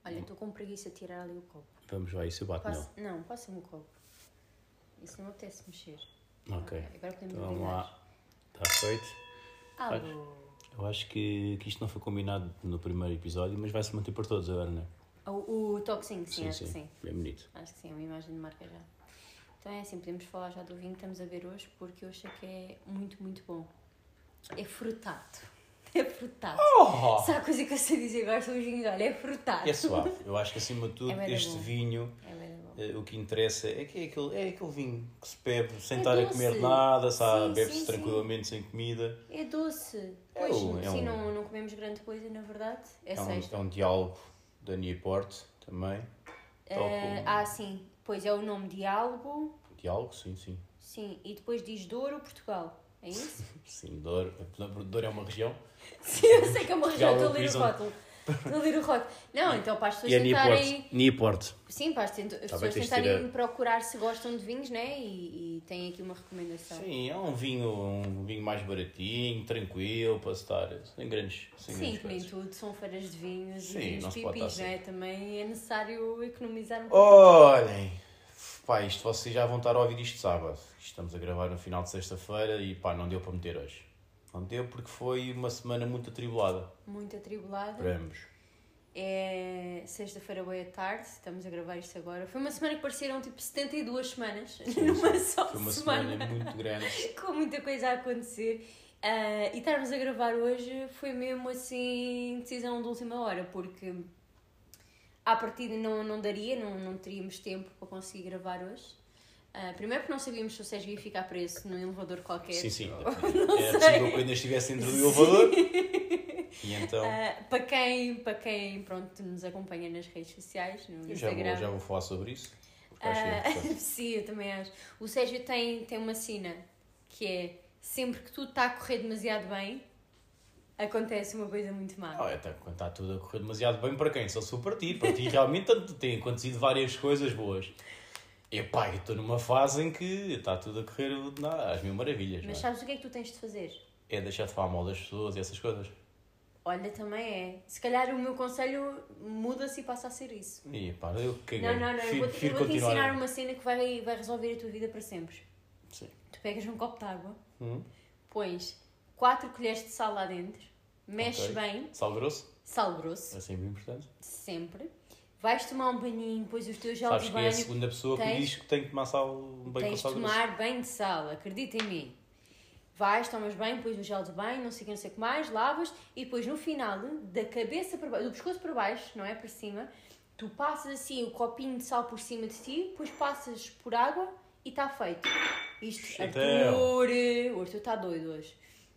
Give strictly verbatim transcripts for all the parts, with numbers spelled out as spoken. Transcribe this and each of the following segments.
Olha, estou com preguiça de tirar ali o copo. Vamos lá, isso eu bato Passo, nele. não, passa-me o copo. Isso não me apetece mexer. Ok. Okay, agora podemos Então vamos brindar. lá. Está feito. Alô. Eu acho que, que isto não foi combinado no primeiro episódio, mas vai se manter por todos agora, não é? O, o toquezinho, sim, sim, acho sim. que sim. Bem bonito. Acho que sim, é uma imagem de marca já. Então é assim, podemos falar já do vinho que estamos a ver hoje, porque eu achei que é muito, muito bom. É frutado. É frutado. Oh! Sabe a coisa que eu sei dizer agora sobre os vinhos? Olha, é frutado. É suave. Eu acho que acima de tudo, É bué este bom. vinho, É bem bom. eh, o que interessa é que é aquele, é aquele vinho que se bebe sem É estar a doce. comer nada, sabe? Sim, Bebe-se sim, tranquilamente sem comida. É doce. É Pois, um- é sim, um- não, não comemos grande coisa, na verdade. É, É um, sexta. é um diálogo da Newport também. Tal Eh, como- ah, sim. Pois é o nome Diálogo. Diálogo, sim, sim. Sim. E depois diz Douro, Portugal. É isso? Sim, Douro. Douro é uma região. Sim, eu sei que é uma região. Portugal Estou a ler o é um rótulo. Estou a ler o rótulo. Não, então para as pessoas E é tentarem... Newport. Newport. Sim, para as, tent- as bem, pessoas tens de tentarem ter a- procurar se gostam de vinhos, né? E, e têm aqui uma recomendação. Sim, é um vinho, um vinho mais baratinho, tranquilo, para estar sem grandes, sem Sim, grandes que nem coisas. tudo são feiras de vinhos Sim, e vinhos não se pode pipis, estar não é? Também é necessário economizar um pouco. Olhem, pá, isto vocês já vão estar a ouvir isto sábado. Estamos a gravar no final de sexta-feira e pá, não deu para meter hoje. Não deu porque foi uma semana muito atribulada Muito atribulada. para ambos. É sexta-feira, boa tarde, estamos a gravar isto agora. Foi uma semana que pareceram tipo setenta e duas semanas, Sim, numa sim. só Foi uma semana, semana muito grande. com muita coisa a acontecer. Ah, e estarmos a gravar hoje foi mesmo assim, decisão de última hora, porque à partida não, não daria, não, não teríamos tempo para conseguir gravar hoje. Ah, primeiro porque não sabíamos se o Sérgio ia ficar preso num elevador qualquer. Sim, sim. Não Era sei. possível que eu ainda estivesse dentro do elevador. E então, Ah, para quem, para quem pronto, nos acompanha nas redes sociais, no eu já vou, Instagram. já vou falar sobre isso. Porque acho que é Ah, importante. sim, eu também acho. O Sérgio tem, tem uma sina que é sempre que tudo está a correr demasiado bem, acontece uma coisa muito má. Ah, até quando está tudo a correr demasiado bem para quem? Só se for para ti. Para ti realmente tanto- tem acontecido várias coisas boas. E pá, eu estou numa fase em que está tudo a correr não, às mil maravilhas. Mas Não é? sabes o que é que tu tens de fazer? É deixar de falar mal das pessoas e essas coisas. Olha, também é. Se calhar o meu conselho muda-se e passa a ser isso. E pá, eu caguei. Não, não, não. Eu Prefiro- vou-te eu prefiro vou-te continuar. ensinar uma cena que vai, vai resolver a tua vida para sempre. Sim. Tu pegas um copo de água, Hum, pões quatro colheres de sal lá dentro, mexes ok. bem, Sal grosso, sal grosso, é sempre importante. sempre. Vais tomar um banhinho, pões os teus gel de Sabes que é a banho. segunda pessoa que tens- diz que tem que tomar sal, um bem com Tens de sal grosso. tomar banho de sal, acredita em mim. Vais, tomas banho, pões o gel de banho, não sei o que, não sei o que mais, lavas e depois no final, da cabeça para baixo, do pescoço para baixo, não é para cima, tu passas assim o copinho de sal por cima de ti, depois passas por água e está feito. Isto, Chatão. Arthur, o Arthur está doido hoje.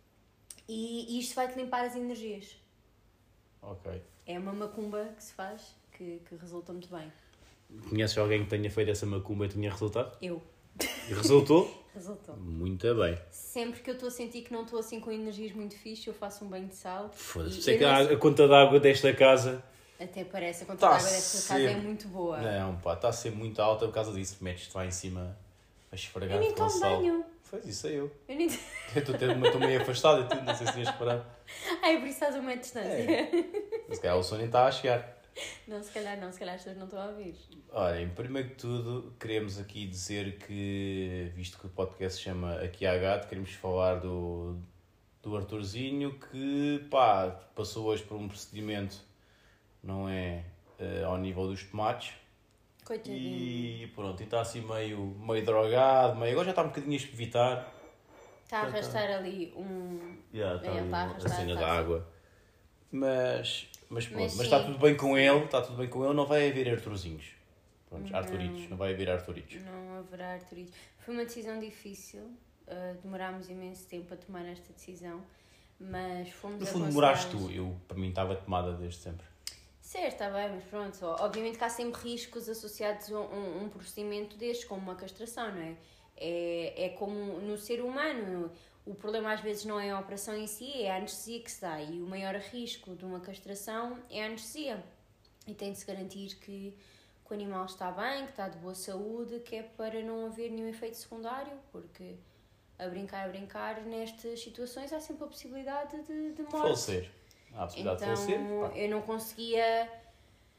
E isto vai-te limpar as energias. Ok. É uma macumba que se faz, que, que resulta muito bem. Conheces alguém que tenha feito essa macumba e tenha resultado? Eu. E resultou? Resultou. Muito bem. Sempre que eu estou a sentir que não estou assim com energias muito fixe, eu faço um banho de sal. Foda-se. E Sei eu que não a, sei- a conta de água desta casa... Até parece, a conta Tá de água desta casa é sempre- muito boa. Não, pá, está a ser muito alta por causa disso. Metes-te lá em cima a esfregar Eu nem com tomo sal. banho. Foi isso, sei eu. Eu nem... Eu estou tendo uma- estou meio afastado e tudo, não sei se tinhas reparado. Ai, por isso estás a uma distância. É. Se calhar o som nem está a chegar. Não, se calhar não, se calhar as pessoas não estão a ouvir. Olhem, primeiro que tudo, queremos aqui dizer que, visto que o podcast se chama Aqui há Gato, queremos falar do, do Arthurzinho que, pá, passou hoje por um procedimento, não é, eh, ao nível dos tomates. Coitadinho. E pronto, e está assim meio, meio drogado, meio... agora já está um bocadinho a evitar. Está a arrastar ali um... Já, está É, ali está a a arrastar, cena está da assim. água. Mas, mas pronto, Mas mas, sim. está tudo bem com ele, está tudo bem com ele, não vai haver Arthurzinhos. Pronto, Não. Arthuritos, não vai haver Arthuritos. Não haverá artrites. Foi uma decisão difícil. uh, demorámos imenso tempo a tomar esta decisão. Mas fomos No fundo, demoraste aconselhados- tu, eu, para mim estava tomada desde sempre. Certo, está bem, mas pronto. Obviamente que há sempre riscos associados a um, um procedimento destes, como uma castração, não é? É, é como no ser humano. O problema às vezes não é a operação em si, é a anestesia que se dá. E o maior risco de uma castração é a anestesia. E tem de se garantir que, que o animal está bem, que está de boa saúde, que é para não haver nenhum efeito secundário, porque a brincar, a brincar, nestas situações há sempre a possibilidade de, de morte. Falecer. Há a possibilidade Então, de falecer. Pá. eu não conseguia...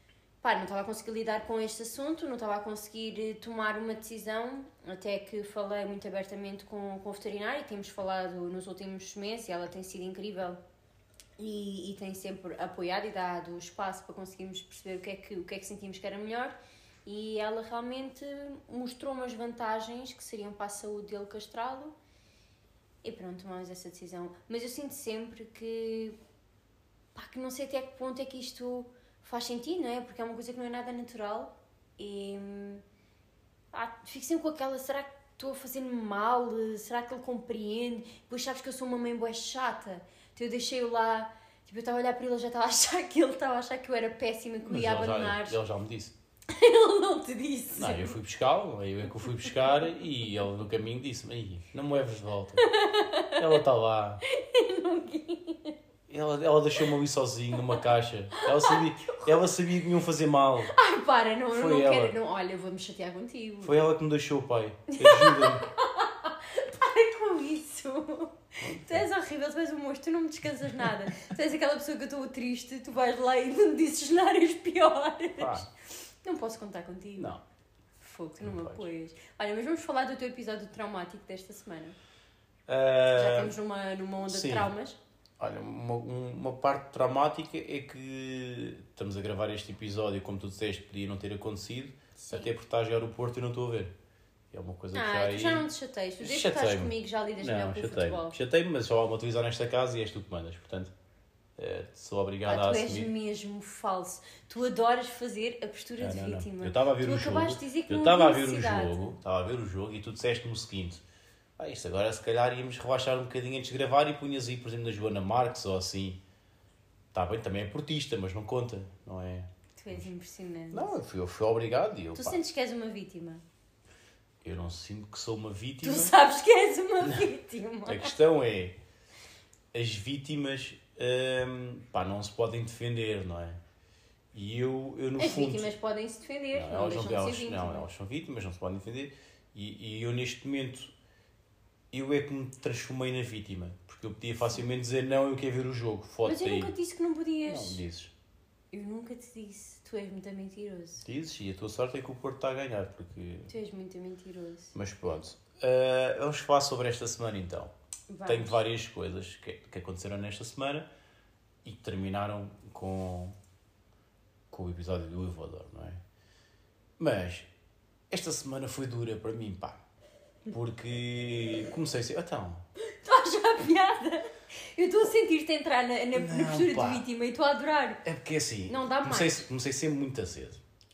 pá, não estava a conseguir lidar com este assunto, não estava a conseguir tomar uma decisão, até que falei muito abertamente com, com o veterinário, temos falado nos últimos meses e ela tem sido incrível e, e tem sempre apoiado e dado espaço para conseguirmos perceber o que é que, o que é que sentimos que era melhor, e ela realmente mostrou-me as vantagens que seriam para a saúde dele castrá-lo e pronto, tomamos essa decisão. Mas eu sinto sempre que, pá, que não sei até que ponto é que isto faz sentido, não é? Porque é uma coisa que não é nada natural e ah, fico sempre com aquela, será que estou a fazer-me mal? Será que ele compreende? Depois sabes que eu sou uma mãe boa chata, então eu deixei-o lá, tipo, eu estava a olhar para ele, eu já estava a achar que ele estava a achar que eu era péssima, que o ia abandonar. Já, ele já me disse. Ele não te disse. Não, eu fui buscá-lo, eu é que o fui buscar e ele no caminho disse-me, não me leves de volta. Ela está lá. Eu não quis. Ela, ela deixou-me ali sozinho numa caixa. Ela sabia, ela sabia que me iam fazer mal. Ai, para, não, eu não ela. quero. Não, olha, eu vou-me chatear contigo. Foi ela que me deixou, pai. Ajuda-me. Para com isso. Tu és horrível, tu és um monstro, tu não me descansas nada. Tu és aquela pessoa que eu estou triste, tu vais lá e não me dizes cenários piores. Pá. Não posso contar contigo. Não. Fogo, tu não, Não me podes. apoias. Olha, mas vamos falar do teu episódio traumático desta semana. Uh, Já estamos numa, numa onda sim. de traumas. Olha, uma, uma parte dramática é que estamos a gravar este episódio, como tu disseste, podia não ter acontecido, Sim. até porque estás a jogar o Porto e não estou a ver. É uma coisa que Ah, já tu aí... já não te chateias. Tu desde que estás Chatei-me. comigo já lidas melhor Não, com o chatei-me. futebol. Chatei-me, mas só há uma televisão nesta casa e és tu que mandas, portanto, eh, sou obrigado Ah, a tu és assumir. mesmo falso. Tu adoras fazer a postura Não, de não, não. vítima. Eu estava a ver tu o jogo, acabaste de dizer que eu não estava a havia ver o necessidade. jogo, estava a ver o jogo e tu disseste-me o seguinte, ah, isto agora se calhar íamos relaxar um bocadinho antes de gravar e punhas aí, por exemplo, na Joana Marques ou assim. Está bem, também é portista, mas não conta, não é? Tu és impressionante. Não, eu fui, eu fui obrigado e eu, Tu pá, sentes que és uma vítima? eu não sinto que sou uma vítima. Tu sabes que és uma vítima. A questão é, as vítimas, hum, pá, não se podem defender, não é? E eu, eu no As fundo... vítimas podem se defender, Não, não, elas, deixam não, de elas, ser vítimas. não, elas são vítimas, não se podem defender. E, e eu neste momento, eu é que me transformei na vítima. Porque eu podia facilmente dizer, não, eu quero ver o jogo, Mas foda-te eu aí. nunca te disse que não podias. Não, dizes. Eu nunca te disse. Tu és muito mentiroso. Dizes, e a tua sorte é que o Porto está a ganhar, porque... Tu és muito mentiroso. Mas pronto. Uh, vamos falar sobre esta semana então. Vamos. Tenho várias coisas que, que aconteceram nesta semana e que terminaram com, com o episódio do elevador, não é? Mas esta semana foi dura para mim, pá. Porque comecei a ser... Então... Estás já a piada? Eu estou a sentir-te entrar na, na, na Não, postura pá. de vítima e estou a adorar. É porque assim... Não dá comecei, mais. comecei sempre muito cedo.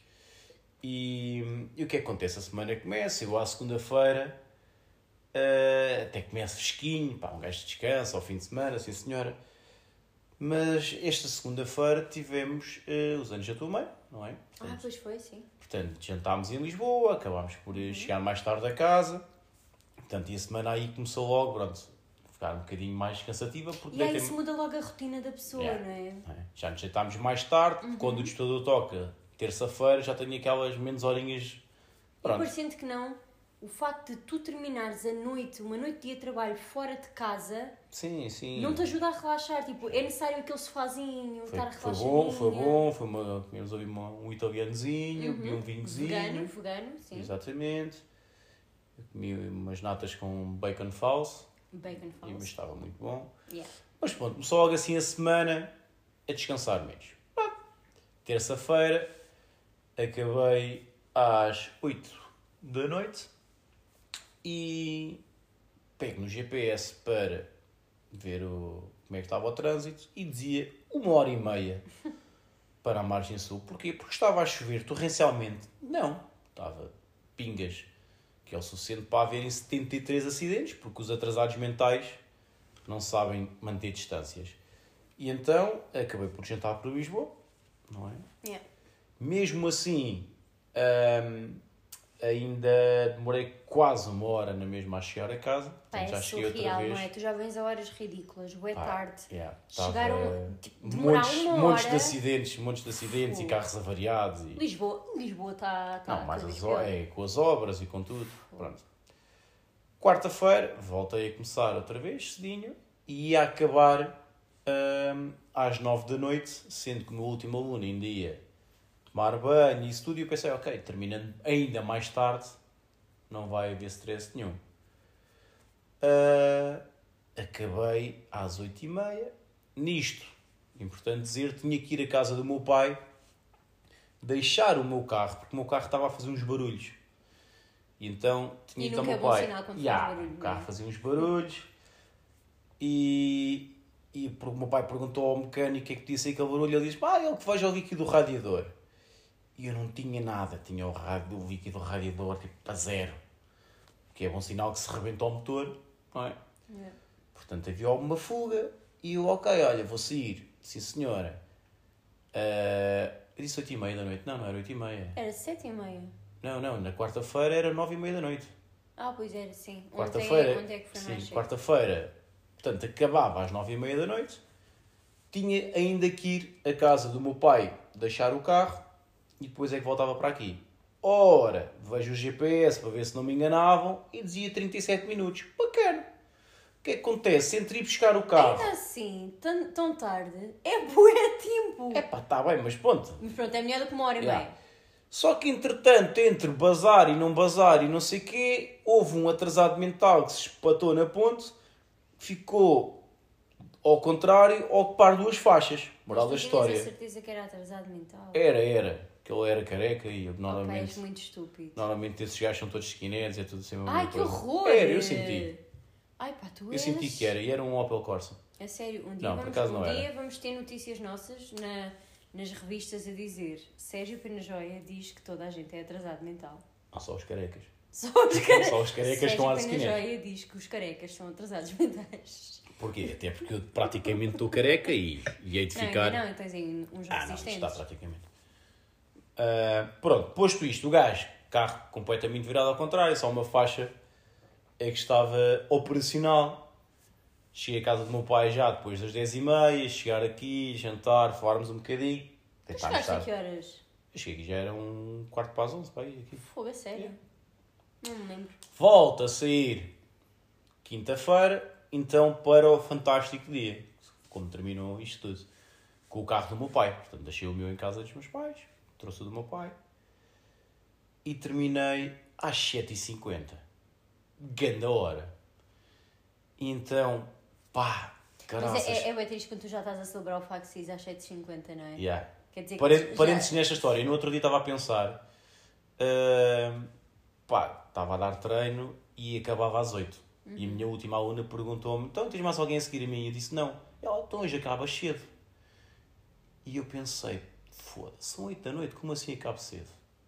E, e o que é que acontece? A semana começa, eu à segunda-feira... Uh, até começa fresquinho, pá, um gajo descansa ao fim de semana, sim senhora. Mas esta segunda-feira tivemos uh, os anos da tua mãe, não é? Ah, Portanto, pois foi, sim. portanto, jantámos em Lisboa, acabámos por uh, chegar mais tarde a casa. Portanto, e a semana aí começou logo, pronto, a ficar um bocadinho mais cansativa. Porque E aí deitei- se muda logo a rotina da pessoa, Yeah. não é? não é? Já nos jantámos mais tarde, Uhum. quando o despertador toca, terça-feira, já tenho aquelas menos horinhas. E Pronto. parecendo que não, o facto de tu terminares a noite, uma noite de dia de trabalho fora de casa, Sim, sim. não te ajuda a relaxar. Tipo, é necessário aquele sofazinho, Foi, estar foi relaxadinha. bom, foi bom, foi uma, comemos ali uma, um italianozinho, Uhum. bebi um vinhozinho. Vegano, vegano, sim. Exatamente. Eu comi umas natas com bacon falso, Bacon e mas false. estava muito bom. Yeah. Mas pronto, começou logo assim a semana a descansar menos. Pá, terça-feira, acabei às oito da noite e pego no G P S para ver o, como é que estava o trânsito e dizia uma hora e meia para a margem sul. Porquê? Porque estava a chover torrencialmente. Não, estava pingas, que é o suficiente para haverem setenta e três acidentes, porque os atrasados mentais não sabem manter distâncias. E então acabei por jantar para Lisboa, não é? Yeah. Mesmo assim, hum, ainda demorei quase uma hora na mesma a chegar a casa. Pá, Portanto, é já cheguei outra surreal, vez. não é? Tu já vens a horas ridículas, boa Pá, tarde. yeah, Chegaram, estava tipo, demorar montes, uma montes de hora. acidentes, montes de acidentes e Fogo. carros avariados. E... Lisboa, Lisboa está... Tá Não, mais cada as, vez o- pior. é, com as obras e com tudo. Pronto. Quarta-feira, voltei a começar outra vez, cedinho, e ia acabar hum, às nove da noite, sendo que o meu último aluno ainda ia tomar banho e isso tudo, e eu pensei, ok, terminando ainda mais tarde, não vai haver stress nenhum. Uh, acabei às oito e meia. Nisto, importante dizer, tinha que ir à casa do meu pai, deixar o meu carro, porque o meu carro estava a fazer uns barulhos. E então tinha que ir ao meu pai. Yeah, barulho, o carro não. Fazia uns barulhos e, e o meu pai perguntou ao mecânico o que é que disse aquele barulho. Ele disse: ah, ele que veja o líquido do radiador. E eu não tinha nada, tinha o, rádio, o líquido do radiador tipo a zero, que é bom sinal que se rebentou o motor, não é? Yeah. Portanto havia alguma fuga e eu, ok, olha, vou sair. Sim senhora. Uh, eu disse oito e meia da noite. Não, não era oito e meia. Era sete e meia. Não, não, na quarta-feira era nove e meia da noite. Ah, pois era, sim. Quarta-feira, onde é que foi sim, mais cedo? Quarta-feira, portanto, acabava às nove e meia da noite. Tinha ainda que ir à casa do meu pai deixar o carro e depois é que voltava para aqui. Ora, vejo o G P S para ver se não me enganavam e dizia trinta e sete minutos. Bacana. O que é que acontece? Entre ir buscar o carro... Ainda assim, tão, tão tarde, é bué tempo. É pá, está bem, mas pronto. Mas pronto, é melhor do que uma hora e Yeah. meia. Só que, entretanto, entre bazar e não bazar e não sei o quê, houve um atrasado mental que se espatou na ponte, ficou ao contrário, a ocupar duas faixas. Moral da história. Mas tu tinhas a certeza que era atrasado mental? Era, era. Que ele era careca e eu normalmente... Ok, és muito estúpido. Normalmente esses gajos são todos skinheads, é tudo assim a mesma Ai, coisa. que horror! Era, eu senti. Ai pá, tu Eu és... senti que era, e era um Opel Corsa. É sério, um dia, não, vamos, por acaso um não dia era. vamos ter notícias nossas na... nas revistas a dizer Sérgio Penajoia diz que toda a gente é atrasado mental. Não, só os carecas. Só os, care... só os carecas estão a Sérgio Penajoia diz que os carecas são atrasados mentais. Porquê? Até porque eu praticamente estou careca e, e hei de ficar... Não, não, tens aí uns ah, resistentes. Não, está praticamente. Uh, pronto, posto isto, o gajo, carro completamente virado ao contrário, só uma faixa é que estava operacional. Cheguei à casa do meu pai já depois das dez e meia, chegar aqui, jantar, falarmos um bocadinho. Tu chegaste a que horas? Eu cheguei aqui, já era um quarto para as onze, pai, aqui. Fogo, é sério? Yeah. Não me lembro. Volto a sair quinta-feira, então para o fantástico dia, como terminou isto tudo, com o carro do meu pai. Portanto, deixei o meu em casa dos meus pais, trouxe o do meu pai e terminei às sete e cinquenta. Ganda hora. E então, pá, caraças. Mas é, é, é bem triste quando tu já estás a celebrar o facto de saís às sete e cinquenta, não é? Yeah. Quer dizer Pare, que Parênteses já... nesta história. No outro dia estava a pensar, uh, pá, estava a dar treino e acabava às oito. Uhum. E a minha última aluna perguntou-me, então tens mais alguém a seguir a mim? E eu disse, não. Ela, então hoje acaba cedo. E eu pensei, foda-se, são oito da noite, como assim acaba cedo?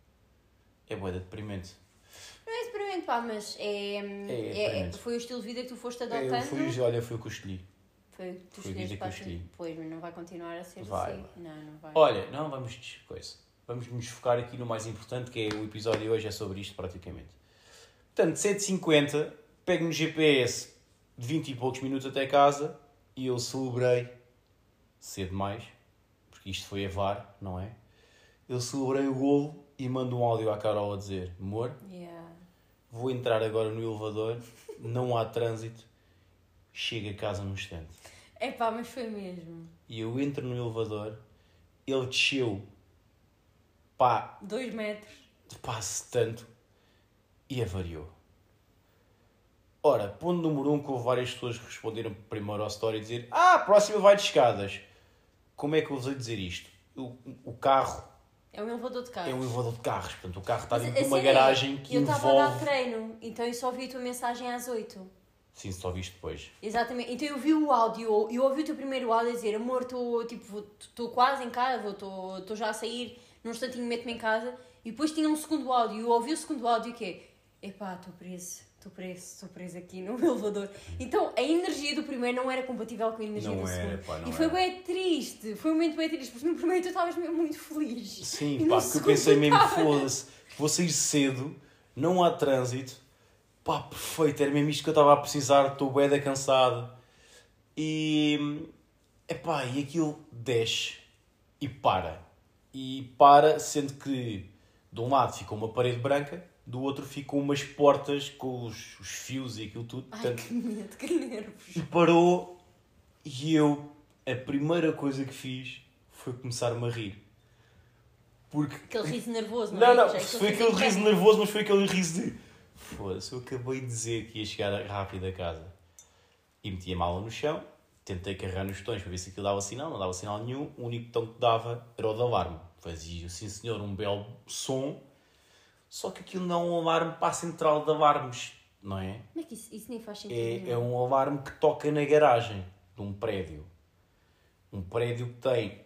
É bué de deprimente. Não é deprimente, pá, mas é, é, é, foi o estilo de vida que tu foste adotando. É, eu fui, olha, foi o que eu escolhi. Foi o que tu foi escolheste para assim. Pois, mas não vai continuar a ser vai, assim. Vai. Não, não vai. Olha, não, vamos, coisa, vamos nos focar aqui no mais importante, que é o episódio de hoje, é sobre isto praticamente. Portanto, sete e cinquenta, pego no G P S de vinte e poucos minutos até casa e eu celebrei, cedo demais, porque isto foi a V A R, não é? Eu celebrei o golo e mando um áudio à Carol a dizer, amor, yeah. vou entrar agora no elevador, não há trânsito, chego a casa num instante. É pá, mas foi mesmo. E eu entro no elevador, ele desceu, pá... Dois metros. Passe tanto e avariou. Ora, ponto número um, que houve várias pessoas que responderam primeiro ao story e dizer ah, a próxima vai de escadas. Como é que eu vos hei dizer isto? O, o carro... É um elevador de carros. É um elevador de carros. Portanto, o carro está Mas, dentro de uma garagem que eu envolve... Eu estava a dar treino, então eu só ouvi a tua mensagem às oito. Sim, só viste depois. Exatamente. Então eu vi o áudio, eu ouvi o teu primeiro áudio a dizer amor, estou tipo, quase em casa, estou já a sair, num instantinho meto-me em casa. E depois tinha um segundo áudio, eu ouvi o segundo áudio que é epá, estou preso, estou preso, estou preso aqui no elevador. Então a energia do primeiro não era compatível com a energia não do era, segundo. pá, não e foi era. bem triste, foi um momento bem triste, porque no primeiro tu estavas mesmo muito feliz. Sim, pá, porque eu pensei mesmo, foda-se, vou sair cedo, não há trânsito, pá, perfeito, era mesmo isto que eu estava a precisar, estou bué da cansado. E, epá, e aquilo desce e para. E para, sendo que de um lado ficou uma parede branca, do outro ficam umas portas com os, os fios e aquilo tudo. Ai, portanto, que medo, que nervos. E parou e eu, a primeira coisa que fiz foi começar-me a rir. Porque... Aquele riso nervoso, não, não é? Não, Já é não, aquele foi riso aquele riso pânico. nervoso, mas foi aquele riso de... Foda-se, eu acabei de dizer que ia chegar rápido a casa. E meti a mala no chão, tentei carregar nos botões para ver se aquilo dava sinal, não dava sinal nenhum. O único botão que dava era o de alarme. Fazia, sim senhor, um belo som, só que aquilo não é um alarme para a central de alarmes, não é? Como é que isso, isso nem faz sentido? É, nenhum? é um alarme que toca na garagem de um prédio. Um prédio que tem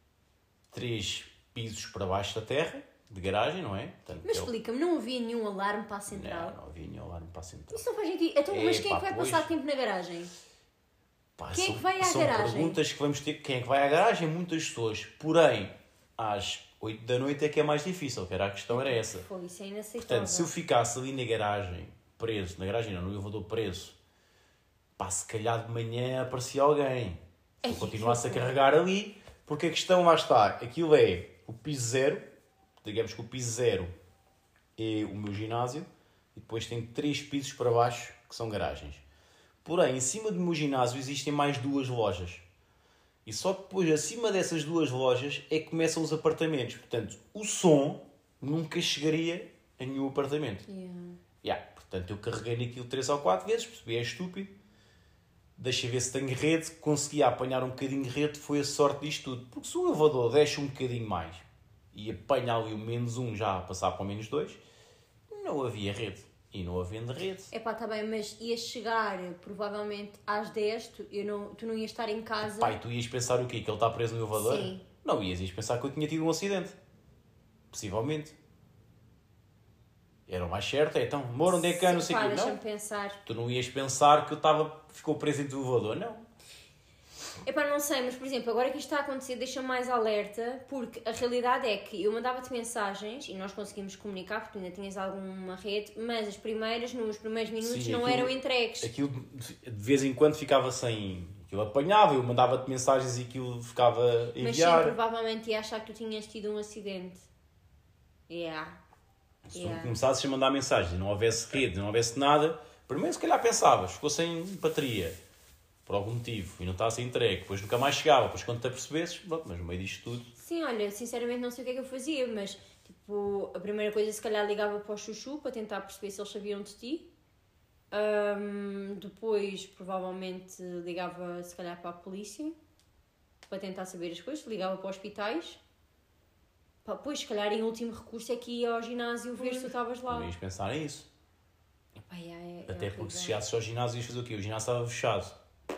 três pisos para baixo da terra, de garagem, não é? Portanto, Mas é o- explica-me, não havia nenhum alarme para a central? Não, não havia nenhum alarme para a central. Isso não faz sentido. Então, É, mas quem é pá, que vai pois. passar tempo na garagem? Pá, Quem é são, que vai à são garagem? perguntas que vamos ter. Quem é que vai à garagem? Muitas pessoas. Porém, às oito da noite é que é mais difícil, que era a questão era essa. Foi, isso é inaceitável. Portanto, se eu ficasse ali na garagem, preso, na garagem não, no elevador preso, pá, se calhar de manhã aparecia alguém. Se eu Ai, continuasse a que horror. carregar ali, porque a questão lá está, aquilo é o piso zero, digamos que o piso zero é o meu ginásio, e depois tem três pisos para baixo, que são garagens. Porém, em cima do meu ginásio existem mais duas lojas. E só depois, acima dessas duas lojas, é que começam os apartamentos. Portanto, o som nunca chegaria a nenhum apartamento. Yeah. Yeah. Portanto, eu carreguei naquilo três ou quatro vezes, percebi, é estúpido. Deixa ver se tenho rede. Consegui apanhar um bocadinho de rede, foi a sorte disto tudo. Porque se o elevador deixa um bocadinho mais e apanha ali o menos um já a passar para o menos dois, não havia rede. E não havendo rede. Epá, está bem, mas ias chegar provavelmente às dez, tu, eu não, tu não ias estar em casa. Pai, tu ias pensar o quê? Que ele está preso no elevador? Sim. Não ias, ias pensar que eu tinha tido um acidente. Possivelmente. Era o mais certo, é então, amor, onde é que há, não sei o Pá, quê. deixa-me Não, pensar. tu não ias pensar que eu estava, ficou preso dentro do elevador, não. Epá, não sei, mas por exemplo, agora que isto está a acontecer, deixa-me mais alerta, porque a realidade é que eu mandava-te mensagens e nós conseguimos comunicar, porque tu ainda tinhas alguma rede, mas as primeiras, nos primeiros minutos, Sim, não aquilo- eram entregues. Aquilo de vez em quando ficava sem... Aquilo apanhava, eu mandava-te mensagens e aquilo ficava a Mas sim, enviar. provavelmente ia achar que tu tinhas tido um acidente. Yeah. Se Yeah. tu começasses a mandar mensagens e não houvesse rede, não houvesse nada, primeiro se calhar pensavas, ficou sem bateria, por algum motivo, e não está a ser entregue, depois nunca mais chegava, depois quando te apercebesses, pronto, mas no meio disto tudo... Sim, olha, sinceramente não sei o que é que eu fazia, mas tipo, a primeira coisa se calhar ligava para o chuchu para tentar perceber se eles sabiam de ti. Ahm, depois provavelmente ligava se calhar para a polícia para tentar saber as coisas, ligava para hospitais. Pá, Depois, se calhar em último recurso é que ia ao ginásio ver se tu estavas lá. Não ias pensar nisso. Epá, é, é, é Até porque horrível. se chegasses ao ginásio ias fazer o quê? O ginásio estava fechado.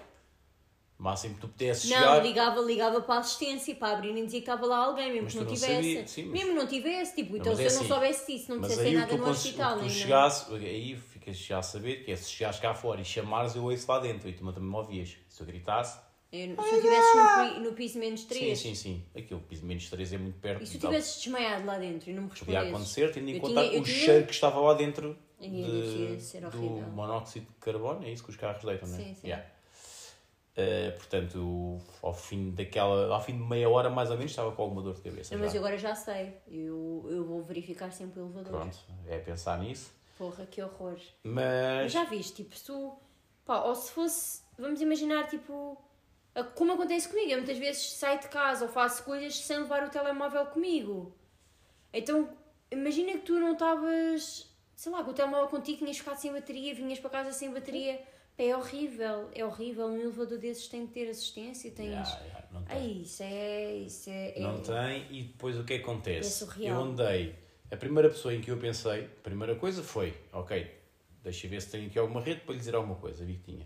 O máximo que tu pudesses Não, chegar... ligava, ligava para a assistência, para abrir e dizia que estava lá alguém, mesmo Mas que não tu não tivesse. sabia, sim, mas- Mesmo não tivesse, tipo, Não, então mas se é eu não assim, soubesse disso, não me Mas dissessem aí o nada que tu, no cons- hospital, o que tu nem nada. chegasse, aí ficas já a saber que é se chegares cá fora e chamares, eu ouço lá dentro e tu também me ouvias. Se eu gritasse, Eu- se eu estivesse no, pi- no piso menos sim, três sim, sim. Aquilo, piso menos três é muito perto. e se tu Então, tivesses desmaiado lá dentro e não me podia respondesses, acontecer, tendo em eu conta tinha- eu o tinha- cheiro que estava lá dentro Ai, devia de, ser do horrível. monóxido de carbono, é isso que os carros deitam, não é? Sim, sim. Yeah. Uh, portanto, ao fim daquela, ao fim de meia hora mais ou menos, estava com alguma dor de cabeça. Não, mas já. eu agora já sei, eu, eu vou verificar sempre o elevador. Pronto, é pensar nisso. Porra, que horror. Mas Mas já viste, tipo, se tu, pá, ou se fosse, vamos imaginar, tipo, a- como acontece comigo, eu muitas vezes saio de casa ou faço coisas sem levar o telemóvel comigo. Então, imagina que tu não estavas, sei lá, com o telemóvel contigo, tinhas ficado sem bateria, vinhas para casa sem bateria. Pá, é horrível, é horrível. Um elevador desses tem que ter assistência, tens... Yeah, yeah, não tem. É isso, é... Isso é, é... Não tem, e depois o que acontece? É surreal. Eu andei, a primeira pessoa em que eu pensei, a primeira coisa foi, ok, deixa eu ver se tenho aqui alguma rede para lhe dizer alguma coisa, vi que tinha.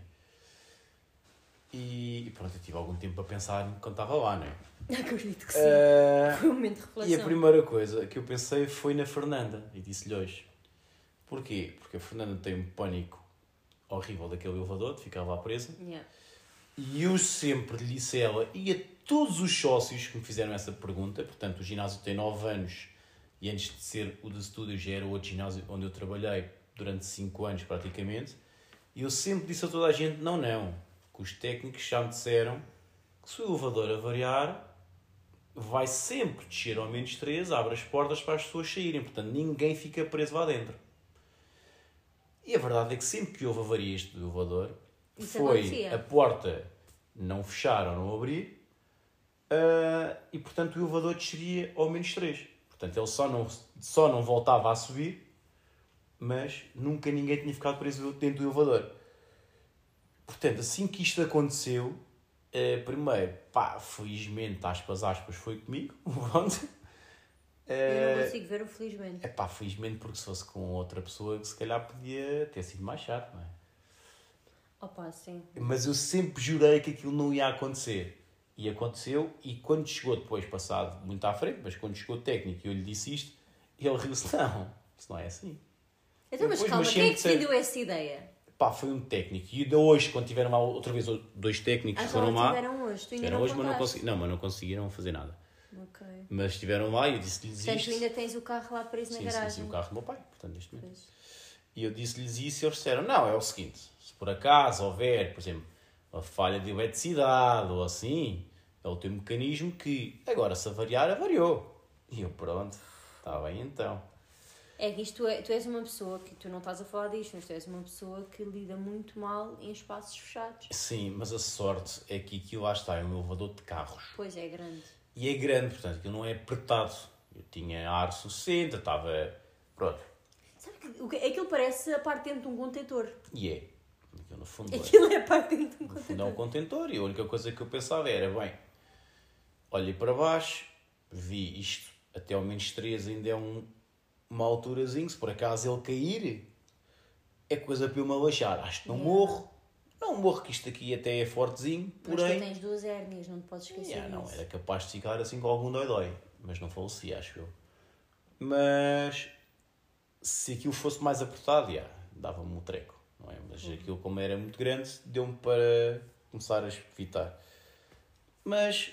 E, e pronto, eu tive algum tempo a pensar quando estava lá, não é? Acredito que sim. Ah, Foi um momento de reflexão. e a primeira coisa que eu pensei foi na Fernanda, e disse-lhe hoje. Porquê? Porque a Fernanda tem um pânico horrível daquele elevador, de ficar lá presa. Yeah. E eu sempre lhe disse a ela e a todos os sócios que me fizeram essa pergunta, portanto, o ginásio tem nove anos e antes de ser o de estúdio já era o outro ginásio onde eu trabalhei durante cinco anos praticamente, e eu sempre disse a toda a gente, não, não, que os técnicos já me disseram que se o elevador avariar, vai sempre descer ao menos três, abre as portas para as pessoas saírem, portanto, ninguém fica preso lá dentro. E a verdade é que sempre que houve avarias do elevador, Isso foi acontecia. a porta não fechar ou não abrir, uh, e portanto o elevador desceria ao menos três. Portanto, Portanto, ele só não, só não voltava a subir, mas nunca ninguém tinha ficado preso dentro do elevador. Portanto, assim que isto aconteceu, eh, primeiro, pá, felizmente, aspas, aspas, foi comigo, pronto. Eu não consigo ver o felizmente. É pá, felizmente, porque se fosse com outra pessoa, que se calhar podia ter sido mais chato, não é? Opa, sim. Mas eu sempre jurei que aquilo não ia acontecer. E aconteceu, e quando chegou depois, passado muito à frente, mas quando chegou o técnico e eu lhe disse isto, ele riu-se, não, isso não é assim. Então, mas Depois, calma, mas quem é sempre que te deu essa ideia? Pá, foi um técnico. E ainda hoje, quando tiveram lá outra vez dois técnicos Ah, que foram lá... tiveram hoje, tu ainda tiveram não hoje, mas não, contaste. consegui, não, mas não conseguiram fazer nada. Ok. Mas estiveram lá e eu disse-lhes Portanto, isto. tu ainda tens o carro lá preso na Sim, garagem. sim, sim, o carro do meu pai, portanto, neste momento. Pois. E eu disse-lhes isso e eles disseram, não, é o seguinte, se por acaso houver, por exemplo, uma falha de eletricidade ou assim, é o teu mecanismo que, agora, se avariar, avariou. E eu, pronto, está bem então. É que isto é, tu és uma pessoa que, tu não estás a falar disto, mas tu és uma pessoa que lida muito mal em espaços fechados. Sim, mas a sorte é que aquilo lá está, é um elevador de carros. Pois, é grande. E é grande, portanto, aquilo não é apertado. Eu tinha ar suficiente, estava... Pronto. Sabe que o que- aquilo parece a parte dentro de um contentor. E é. Aquilo no fundo é. Aquilo é a parte dentro de um No fundo é contentor. um contentor e a única coisa que eu pensava era, bem, olhei para baixo, vi isto até ao menos três ainda é um, uma alturazinha, se por acaso ele cair, é coisa para eu me abaixar. Acho que não Yeah. morro. Não morro, que isto aqui até é fortezinho, Mas tu porém... tens duas hérnias, não te podes esquecer Yeah, não, disso. era capaz de ficar assim com algum dói-dói, mas não faleci, acho eu. Mas se aquilo fosse mais apertado, yeah, dava-me um treco, não é? Mas aquilo, como era muito grande, deu-me para começar a evitar. Mas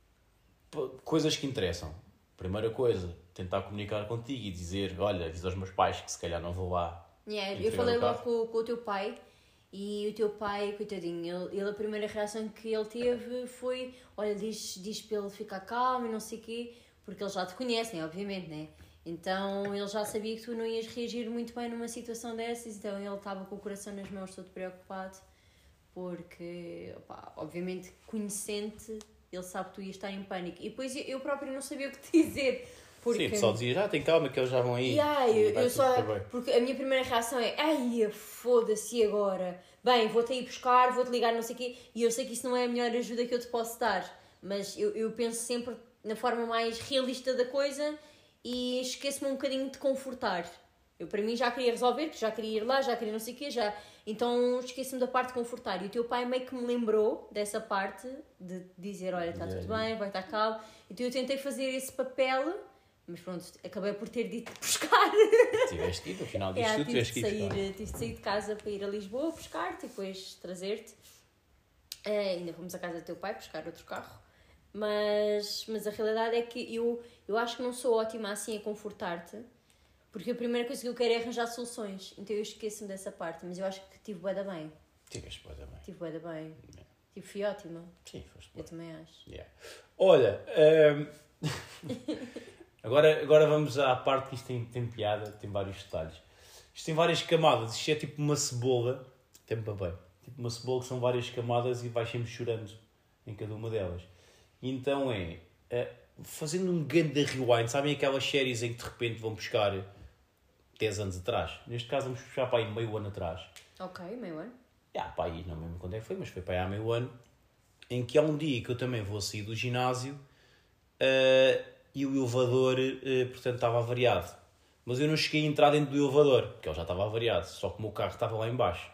p- coisas que interessam. Primeira coisa, tentar comunicar contigo e dizer, olha, diz aos meus pais que se calhar não vou lá. Yeah, eu entregar falei o logo carro. com, com o teu pai e o teu pai, coitadinho, ele, ele a primeira reação que ele teve foi, olha, diz, diz para ele ficar calmo e não sei o quê, porque eles já te conhecem, obviamente, né? Então ele já sabia que tu não ias reagir muito bem numa situação dessas, então ele estava com o coração nas mãos, todo preocupado, porque, opá, obviamente, conhecente, ele sabe que tu ias estar em pânico. E depois eu, eu próprio não sabia o que te dizer. Porque... Sim, só dizia, já tem calma que eles já vão aí. Yeah, eu, Vai eu tudo só, correr bem. porque a minha primeira reação é, ai, foda-se agora. Bem, vou-te ir buscar, vou-te ligar, não sei o quê. E eu sei que isso não é a melhor ajuda que eu te posso dar. Mas eu, eu penso sempre na forma mais realista da coisa e esqueço-me um bocadinho de confortar. Eu, para mim, já queria resolver, porque já queria ir lá, já queria não sei o quê, já... Então, esqueço-me da parte de confortar. E o teu pai meio que me lembrou dessa parte de dizer, olha, está tudo bem, vai estar calmo. Então, eu tentei fazer esse papel... Mas pronto, acabei por ter dito pescar. Tiveste que ir, no final disto É, tudo, tive, tiveste de que ir. sair, tive de sair de casa para ir a Lisboa pescar-te e depois trazer-te. Eh, ainda fomos à casa do teu pai buscar outro carro. Mas, mas a realidade é que eu, eu acho que não sou ótima assim a confortar-te. Porque a primeira coisa que eu quero é arranjar soluções. Então eu esqueço-me dessa parte. Mas eu acho que tive bué da bem. Tiveste bué da bem. Tive bué da bem. Tipo, fui ótima. Sim, foste Eu bué. também acho. Yeah. Olha, hum, agora, agora vamos à parte que isto tem, tem piada, tem vários detalhes. Isto tem várias camadas, isto é tipo uma cebola, tem papel, tipo uma cebola que são várias camadas e vais sempre chorando em cada uma delas. Então é, é fazendo um grande rewind, sabem aquelas séries em que de repente vão buscar dez anos atrás? Neste caso vamos puxar para aí meio ano atrás. Ok, meio ano. Ah, pá, aí não me lembro quando é que foi, mas foi para aí há meio ano, em que há um dia que eu também vou sair do ginásio uh, e o elevador, uh, portanto, estava avariado. Mas eu não cheguei a entrar dentro do elevador, porque ele já estava avariado, só que o meu carro estava lá em baixo.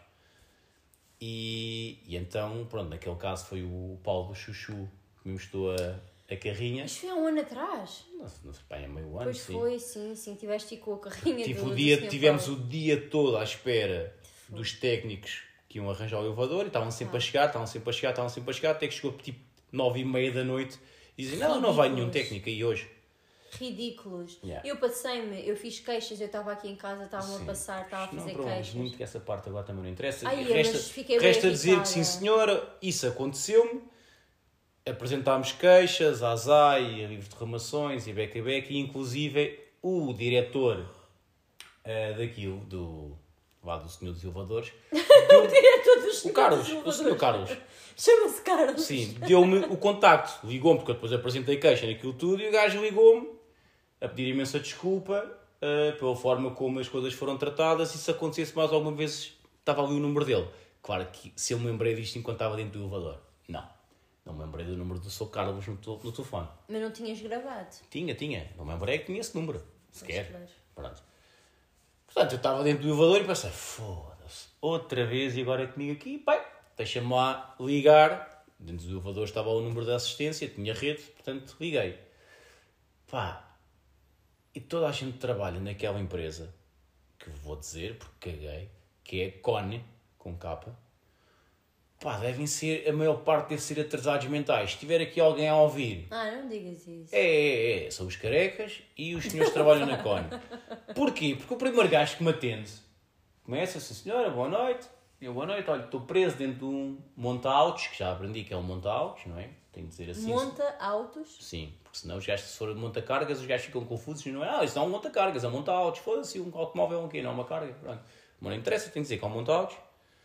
E, e então, pronto, naquele caso foi o Paulo do Chuchu que me mostrou a, a carrinha. Isto foi há um ano atrás. Não, não foi para aí há meio ano, Pois sim. foi, sim, sim. Tiveste aí com a carrinha Tive do, o do dia, senhor tivemos Paulo. o dia todo à espera dos técnicos que iam arranjar o elevador e estavam sempre Ah. a chegar, estavam sempre a chegar, estavam sempre a chegar, até que chegou tipo nove e meia da noite e dizem, não, não vai nenhum Ridículos. técnico aí hoje. Ridículos. Yeah. Eu passei-me, eu fiz queixas, eu estava aqui em casa, estava-me a Sim. passar, estava a Não fazer prolongues queixas. muito que essa parte agora também não interessa. Ai, resta mas fiquei bem resta dizer que sim irritada. senhora, isso aconteceu-me, apresentámos queixas à Z A I, a livre de reclamações e beca beca e inclusive o diretor uh, daquilo, do, lá do senhor dos elevadores, O diretor dos o Carlos, senhores o senhor Carlos. Chama-se Carlos. Sim, deu-me o contacto, ligou-me, porque eu depois apresentei queixa naquilo tudo e o gajo ligou-me, a pedir imensa desculpa uh, pela forma como as coisas foram tratadas e se acontecesse mais alguma vez estava ali o número dele. Claro que se eu me lembrei disto enquanto estava dentro do elevador. Não. Não me lembrei do número do seu Carlos no, no telefone. Mas não tinhas gravado? Tinha, tinha. Não me lembrei que tinha esse número. Sequer. Claro. Pronto. Portanto, eu estava dentro do elevador e pensei, foda-se, outra vez e agora é comigo aqui, pai, deixa-me lá ligar. Dentro do elevador estava o número da assistência, tinha rede, portanto, liguei. Pá, e toda a gente trabalha naquela empresa, que vou dizer, porque caguei, que é Cone, com capa. Pá, devem ser, a maior parte deve ser atrasados mentais. Se tiver aqui alguém a ouvir... Ah, não digas isso. É, é, é. São os carecas e os senhores que trabalham na Cone. Porquê? Porque o primeiro gajo que me atende começa assim, senhora, boa noite. Eu, boa noite, olha, estou preso dentro de um monta-autos, que já aprendi que é um monta-autos, não é? Tenho de dizer assim. Monta-autos? Sim, porque senão os gajos, se for de monta-cargas, os gajos ficam confusos e não é, ah, isso não é um monta-cargas, é um monta-autos. Foda-se, um automóvel é um quê? Não é uma carga. Pronto. Mas não interessa, tenho de dizer que é um monta-autos.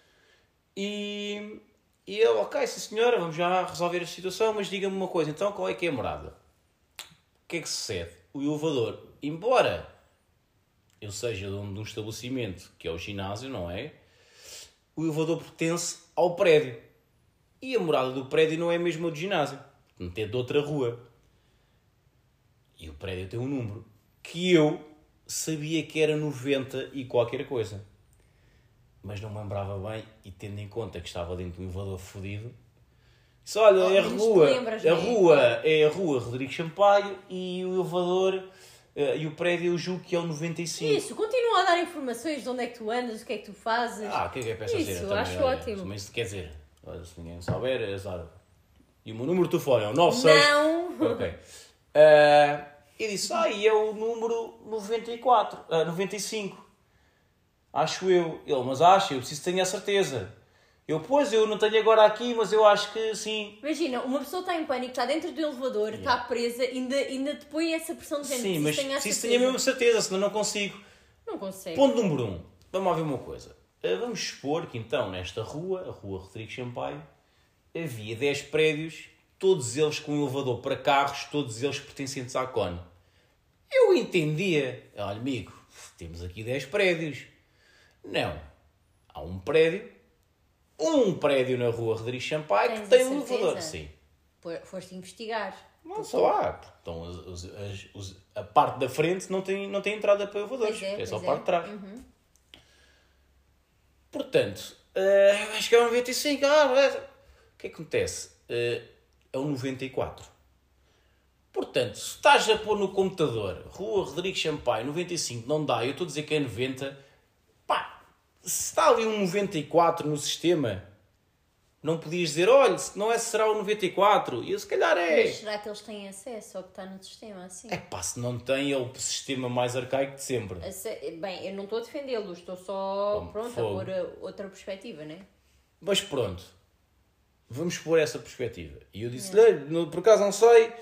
E, e ele, ok, sim senhora, vamos já resolver a situação, mas diga-me uma coisa, então qual é que é a morada? O que é que sucede? O elevador, embora eu seja dono de um estabelecimento que é o ginásio, não é? O elevador pertence ao prédio. E a morada do prédio não é mesmo a do ginásio. Portanto, é de outra rua. E o prédio tem um número que eu sabia que era noventa e qualquer coisa. Mas não me lembrava bem, e tendo em conta que estava dentro de um elevador fodido, disse, olha, oh, é a rua, lembras, a é? rua é a rua Rodrigo Sampaio e o elevador uh, e o prédio eu julgo que é o noventa e cinco. Isso, continua a dar informações de onde é que tu andas, o que é que tu fazes. Ah, o que é que é peça Isso, cena também? acho Olha, ótimo. mas quer dizer, olha, se ninguém souber, é azar. E o meu número de telefone é o nove seis... Não! Ok. Uh, e disse, ah, e é o número noventa e quatro, uh, noventa e cinco. Acho eu. Ele, mas acho, eu preciso ter a certeza. Eu, pois, eu não tenho agora aqui, mas eu acho que sim. Imagina, uma pessoa está em pânico, está dentro do elevador, Yeah. está presa, ainda, ainda te põe essa pressão de gente. Sim, mas tenha a preciso ter a certeza. mesma certeza, senão não consigo. Não consegue. Ponto número um. Vamos lá ver uma coisa. Uh, Vamos supor que então, nesta rua, a rua Rodrigo Sampaio, havia dez prédios, todos eles com um elevador para carros, todos eles pertencentes à Cone. Eu entendia. Olha, amigo, temos aqui dez prédios. Não. Há um prédio, um prédio na rua Rodrigo Sampaio Tens que tem a um elevador. certeza? Sim. Pô, foste investigar. Não só há. Então, os- os- as- os- a parte da frente não tem, não tem entrada para elevadores. Pois é, é só a pois parte é. de trás. Uhum. Portanto, eh, acho que é um noventa e cinco. Ah, mas... O que é que acontece? Eh, é um noventa e quatro. Portanto, se estás a pôr no computador Rua Rodrigo Sampaio noventa e cinco, não dá. Eu estou a dizer que é noventa. Pá, se está ali um noventa e quatro no sistema, não podias dizer, olha, se não é, será o noventa e quatro. E eu, se calhar é. Mas será que eles têm acesso ao que está no sistema assim? É pá, se não tem, é o sistema mais arcaico de sempre. A se- Bem, eu não estou a defendê-los, estou só Como pronto, a fogo. pôr a- outra perspectiva, né? Mas pronto, vamos pôr essa perspectiva. E eu disse-lhe, "Não, por acaso não sei,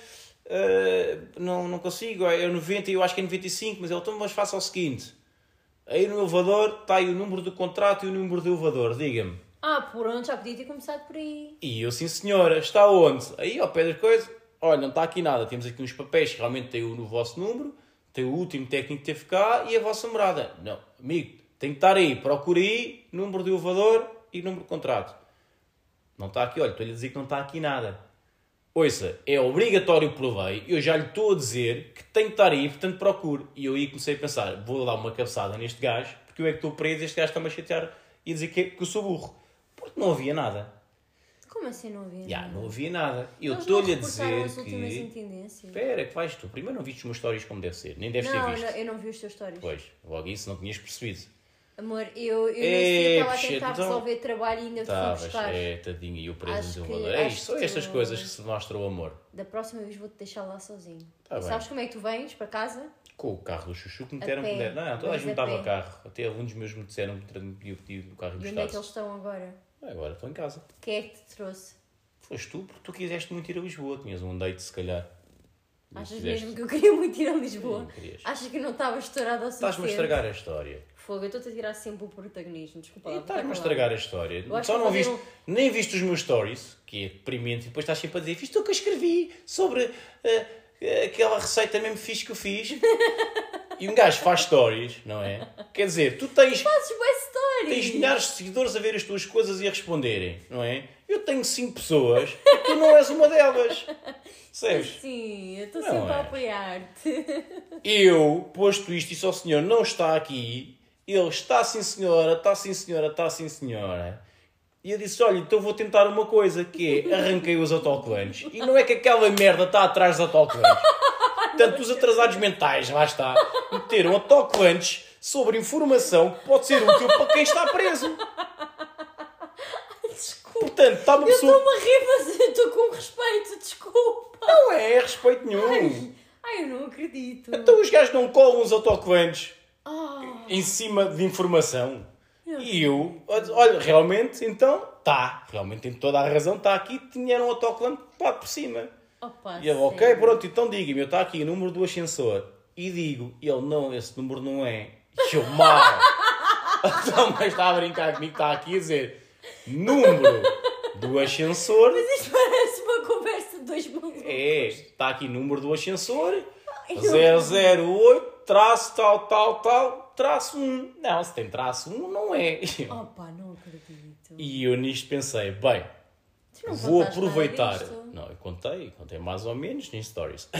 eh, não, não consigo, é noventa, eu acho que é noventa e cinco, mas ele, então, mas faça o seguinte, aí no elevador está aí o número do contrato e o número do elevador, diga-me. Ah, pronto, já podia ter começado por aí. E eu, sim senhora, está onde? Aí ao pé das coisas, olha, não está aqui nada, temos aqui uns papéis que realmente têm o no vosso número, tem o último técnico que teve cá e a vossa morada. Não, amigo, tem que estar aí, procura aí, número do elevador e número de contrato. Não está aqui, olha, estou-lhe a dizer que não está aqui nada. Ouça, é obrigatório por lei, eu já lhe estou a dizer que tem que estar aí, portanto procure. E eu aí comecei a pensar, vou dar uma cabeçada neste gajo, porque eu é que estou preso, este gajo está-me a chatear e a dizer que, que eu sou burro. Porque não havia nada. Como assim não havia? Já, nada? não havia nada. Eu Eles estou-lhe a não reportaram dizer as últimas que... intendências. Espera, que vais tu. Primeiro não viste os meus stories como deve ser. Nem deves Não, ter visto. não, eu não vi os teus stories. Pois, logo isso não tinhas percebido. Amor, eu, eu É, nesse dia estava a puxa, tentar então- resolver trabalho e ainda te fui Estavas, buscar. é, tadinho, e eu preso Acho no que- elevador. É acho isto, são que estas tu- coisas que se mostram o amor. Da próxima vez vou-te deixar lá sozinho. Tá E bem. sabes como é que tu vens para casa? Com o carro do chuchu que me A deram. pé. me deram- Não, toda a Vais gente a estava pé. a carro. Até alguns dos meus me disseram que me pediu pedido o carro E onde é que emprestado. eles estão agora? Agora estou em casa. Quem é que te trouxe? Foste tu, porque tu quiseste muito ir a Lisboa. Tinhas um date, se calhar. E Achas quiseste- mesmo que eu queria muito ir a Lisboa? Sim, querias. Achas que eu não estava estourada ao suficiente? Estás-me a estragar a história. Fogo, eu estou-te a tirar sempre o protagonismo. Desculpa E lá. vou estás-me a estar estragar a calada. história. Eu acho Só que não vou fazer viste, nem viste os meus stories, que é deprimente, e depois estás sempre a dizer, viste o que eu escrevi sobre uh, aquela receita mesmo fixe que eu fiz. E um gajo faz stories, não é? Quer dizer, tu tens... Fazes boas stories. Tens milhares de seguidores a ver as tuas coisas e a responderem, não é? Eu tenho cinco pessoas e tu não és uma delas. Percebes? Sim, eu estou Não sempre a é. apoiar-te. Eu, posto isto e só o senhor não está aqui, ele está sim senhora, está sim senhora, está sim senhora. E eu disse, olha, então vou tentar uma coisa, que é, arranquei os autocolantes. E não é que aquela merda está atrás dos autocolantes. Portanto, os atrasados mentais, lá está, meteram autocolantes sobre informação que pode ser útil para quem está preso. Desculpa. Portanto, está uma Eu pessoa... estou-me a rir, mas eu estou com respeito, desculpa. Não é respeito nenhum. Ai, ai, eu não acredito. Então os gajos não colam os autocolantes Ah, em cima de informação. Meu E eu, olha, realmente, então, tá. Realmente tem toda a razão, está aqui, tinha um autocolante lá por cima. opa, E eu, ok, sério. pronto, então diga-me, eu está aqui o número do ascensor. E digo, e ele, não, esse número não é. E eu, mal. Então, mas está a brincar comigo, está aqui a dizer, número do ascensor. Mas isto parece uma conversa de dois malucos. É, está aqui número do ascensor, Ai, não zero zero oito, traço tal, tal, tal, traço um. Não, se tem traço um, não é. Opa, não acredito. E eu nisto pensei, bem, Tu não vou contaste nada aproveitar. disto? Não, eu contei, contei mais ou menos em stories.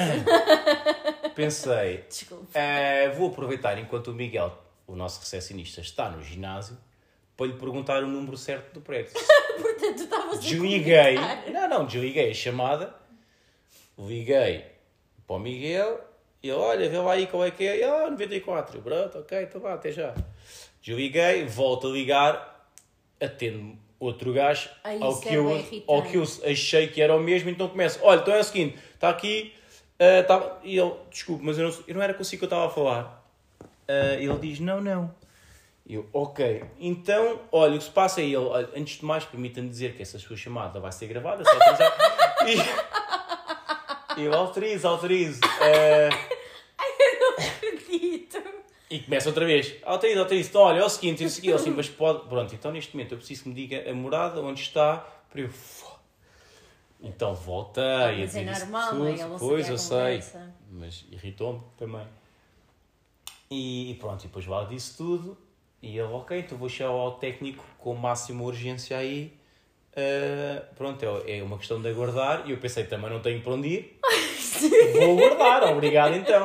Pensei, Desculpa. eh, vou aproveitar enquanto o Miguel, o nosso recepcionista, está no ginásio, para lhe perguntar o número certo do prédio. Portanto, tu estavas a Desliguei, comunicar. não, não, desliguei a chamada, liguei para o Miguel, e ele, olha, vê lá aí qual é que é, e, ah, noventa e quatro, pronto, ok, então vá, até já. Desliguei, volto a ligar, atendo outro gajo, Ai, ao, isso que é eu, bem ao que eu achei que era o mesmo, então começo, olha, então é o seguinte, está aqui, uh, tá, e ele, desculpe, mas eu não, eu não era consigo que eu estava a falar. Uh, ele diz, não, não. Eu, ok, então, olha, o que se passa é ele, olha, antes de mais, permita-me dizer que essa sua chamada vai ser gravada, só autorizar. e eu autorizo, autorizo. Uh, Acredito. E começa outra vez. Autorizo, autorizo. Então, olha, é o seguinte, isso aqui, assim, mas pode... Pronto, então neste momento eu preciso que me diga a morada, onde está, para eu... Então voltei a Mas dizer é isso normal, tudo. não é? Ele não Pois, sabia a eu sei. conversa. Mas irritou-me também. E, e pronto, e depois lá disse tudo. E ele, ok, então vou chegar ao técnico com máxima urgência aí. Uh, pronto, é, é uma questão de aguardar. E eu pensei, também não tenho para onde ir. Vou aguardar, obrigado então.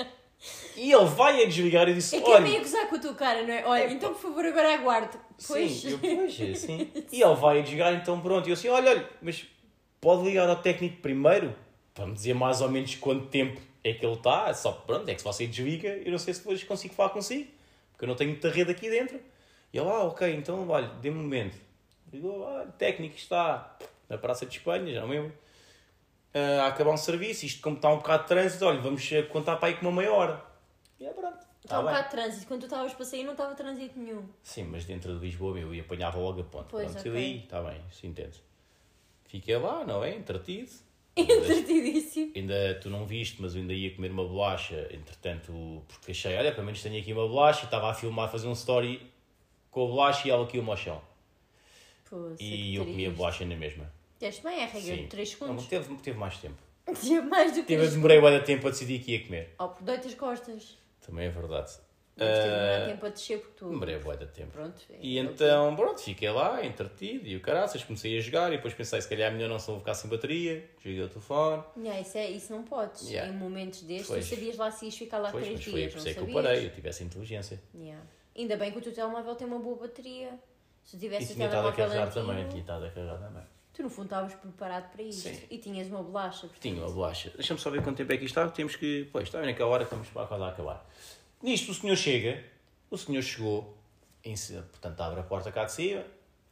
E ele vai a desligar e disse, É que olha... é meio gozar com a tua cara, não é? Olha, É, então por favor agora aguarde. Pois. Sim, eu, pois, sim. E ele vai a desligar, então pronto. E eu assim, olha, olha, mas pode ligar ao técnico primeiro? Para me dizer mais ou menos quanto tempo é que ele está. Só que pronto, é que se você desliga, eu não sei se depois consigo falar consigo. Porque eu não tenho muita rede aqui dentro. E ele, ah, ok, então, olha, dê-me um momento. Ligou, ah, o técnico está na Praça de Espanha, já mesmo. Uh, a acabar um serviço, isto como está um bocado de trânsito, olha, vamos contar para aí com uma meia hora. E é pronto. Está um bocado de trânsito. Quando tu estavas para sair não estava trânsito nenhum. Sim, mas dentro de Lisboa eu ia apanhava logo a ponte. Pois, Pronto, ok. eu aí, está bem, isso entendo. Fiquei lá, não é? Entretido. Entretidíssimo. Ainda tu não viste, mas eu ainda ia comer uma bolacha, entretanto, porque achei, olha, pelo menos tenho aqui uma bolacha, e estava a filmar, a fazer um story com a bolacha e ela aqui uma ao chão. Pô, E eu comia a bolacha na mesma. Teste bem, é a regra Sim. de três Não, segundos. teve, teve mais tempo. Tinha mais do que Teve, três demorei bué de tempo a decidir que ia comer. Oh, por doitas costas. Também é verdade. Deves ter Ah, demorado tempo a descer porque tu... Demorei bué de tempo. Pronto. é- E é o que então, pronto, fiquei lá, entretido, e o caraças, comecei a jogar, e depois pensei, se calhar é melhor não, se não vou ficar sem bateria, desliguei o telefone. é. Yeah, isso, é, isso não podes. Yeah. Em momentos destes, Pois. tu sabias lá se ias ficar lá Pois, três mas foi dias, por não isso é que eu sabias? parei, eu tivesse inteligência. Yeah. Ainda bem que o teu telemóvel tem uma boa bateria. Se tu E tivesse o tinha estado a telemóvel carregar antigo, também, tinha estado a carregar também. tu no fundo estavas preparado para isto. Sim. E tinhas uma bolacha. portanto- Tinha uma bolacha. Deixa-me só ver quanto tempo é que isto está, temos que... Pois, está bem naquela hora que estamos para quase a acabar. Nisto o senhor chega, o senhor chegou, em cima, portanto abre a porta cá de cima,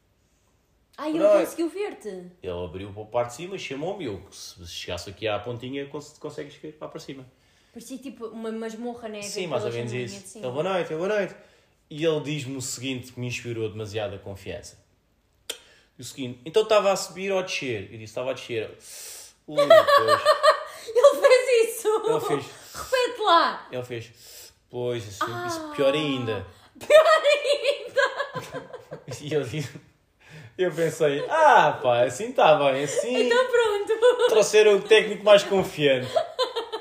Ah, ele Pronto. conseguiu ver-te. ele abriu para a parte de cima, chamou-me, eu, se chegasse aqui à pontinha, cons- consegues ir lá para cima. Parecia tipo uma masmorra, né? Sim, Ver mais ou pela menos janelinha isso. de cima. Ele, boa noite, ele, boa noite. E ele diz-me o seguinte, que me inspirou demasiada confiança. O seguinte, então estava a subir ou a descer? Eu disse, estava a descer. Ui, pois. Ele fez isso! Ele fez, Repete lá! ele fez, pois, isso, isso pior ainda. Pior ainda! E eu disse, eu pensei, ah pá, assim está bem, assim Então pronto! trouxeram o técnico mais confiante.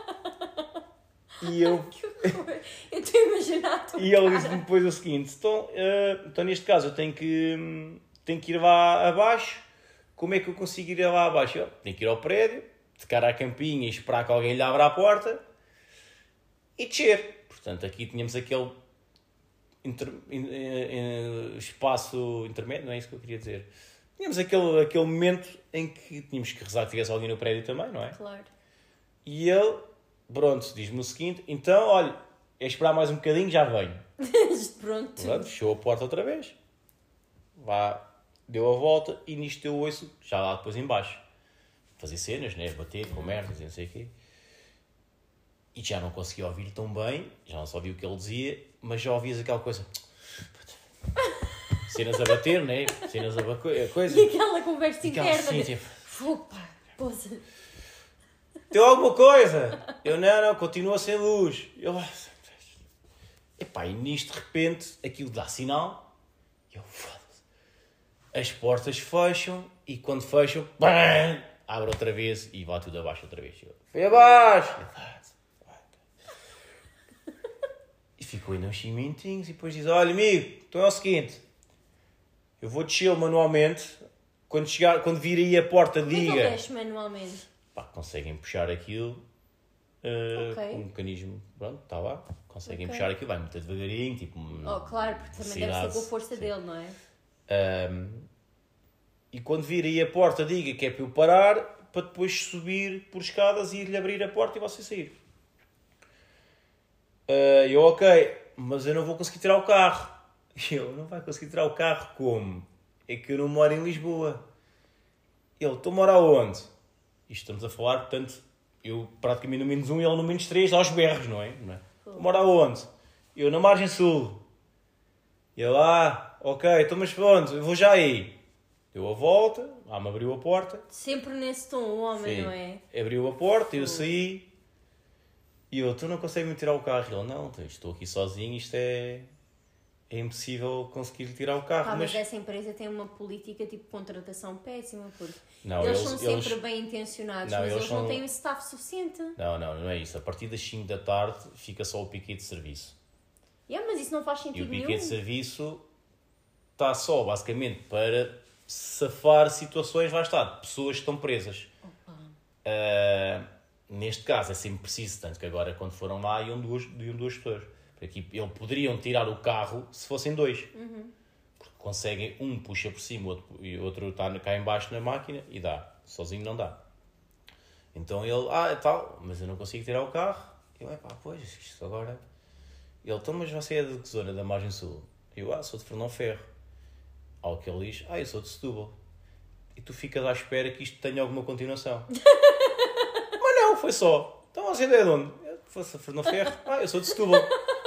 E eu... Que horror. Eu estou a imaginar a tua E ele cara. disse-me depois o seguinte, então, uh, então neste caso eu tenho que, hum, tenho que ir lá abaixo, como é que eu consigo ir lá abaixo? Eu tenho que ir ao prédio, de cara à campinha e esperar que alguém lhe abra a porta e descer. Portanto, aqui tínhamos aquele inter, in, in, in, espaço intermédio, não é isso que eu queria dizer. Tínhamos aquele, aquele momento em que tínhamos que rezar que tivesse alguém no prédio também, não é? Claro. E ele, pronto, diz-me o seguinte, então, olha, é esperar mais um bocadinho, já venho. Pronto. Pronto, fechou a porta outra vez. Vá, deu a volta e nisto eu ouço, já lá depois em baixo. Fazer cenas, né? Bater com merdas e não sei o quê. E já não conseguia ouvir tão bem, já não só ouvi o que ele dizia, mas já ouvias aquela coisa... Cenas a bater, né? Cenas a bater, coisa. E aquela conversa E aquela interna. assim, de, tipo, Fogo, pá, poça. tem alguma coisa? Eu, não, não, continua sem luz. Eu, epá, e nisto, de repente, aquilo dá sinal. E eu, foda-se. As portas fecham e quando fecham, bam, abre outra vez e vai tudo abaixo outra vez. Eu, foi abaixo. E ficou ainda uns cimentinhos e depois diz, olha amigo, então é o seguinte, eu vou descer manualmente, quando, chegar, quando vir aí a porta Como é que diga... ele desce manualmente? Pá, conseguem puxar aquilo uh, Ok. com um mecanismo, pronto, está lá, conseguem Ok. puxar aquilo, vai muito devagarinho, tipo... Oh, claro, porque também deve ser com a força sim. dele, não é? Um, e quando vir aí a porta diga que é para eu parar, para depois subir por escadas e ir-lhe abrir a porta e você sair. Uh, eu, ok, mas eu não vou conseguir tirar o carro. E eu, não vai conseguir tirar o carro como? É que eu não moro em Lisboa. Ele, tu mora aonde? Isto estamos a falar, portanto, eu praticamente no menos um e ele no menos três, aos berros, não é? Não é? Tu mora aonde? Eu, na margem sul. E ele, ah, ok, então mas pronto, eu vou já aí. Deu a volta, ah, me abriu a porta. Sempre nesse tom, o homem, Sim. não é? Abriu a porta, eu saí. E eu, tu não consegues me tirar o carro? Ele, não, estou aqui sozinho, isto é... É impossível conseguir tirar o carro. Ah, mas... mas essa empresa tem uma política tipo de contratação péssima, porque não, eles, eles são sempre eles... bem intencionados, não, mas eles eles são... não têm o staff suficiente. Não, não, não é isso. A partir das cinco da tarde fica só o piquete de serviço. Yeah, mas isso não faz E sentido o piquete nenhum. de serviço está só, basicamente, para safar situações, lá está, de pessoas que estão presas. Opa. Uh, neste caso é sempre preciso, tanto que agora quando foram lá iam duas, iam duas pessoas. Aqui, eles poderiam tirar o carro se fossem dois. Uhum. Porque conseguem, um puxa por cima outro, e o outro está cá em baixo na máquina e dá. Sozinho não dá. Então ele, ah, é tal, mas eu não consigo tirar o carro. Eu, é pá, pois, isto agora... Ele, então, mas você é de que zona? Da margem sul? Eu, ah, sou de Fernão Ferro. Ao que ele diz, ah, eu sou de Setúbal. E tu ficas à espera que isto tenha alguma continuação. Mas não, foi só. Então você é de onde? Eu, fosse Fernão Ferro. Ah, eu sou de Setúbal.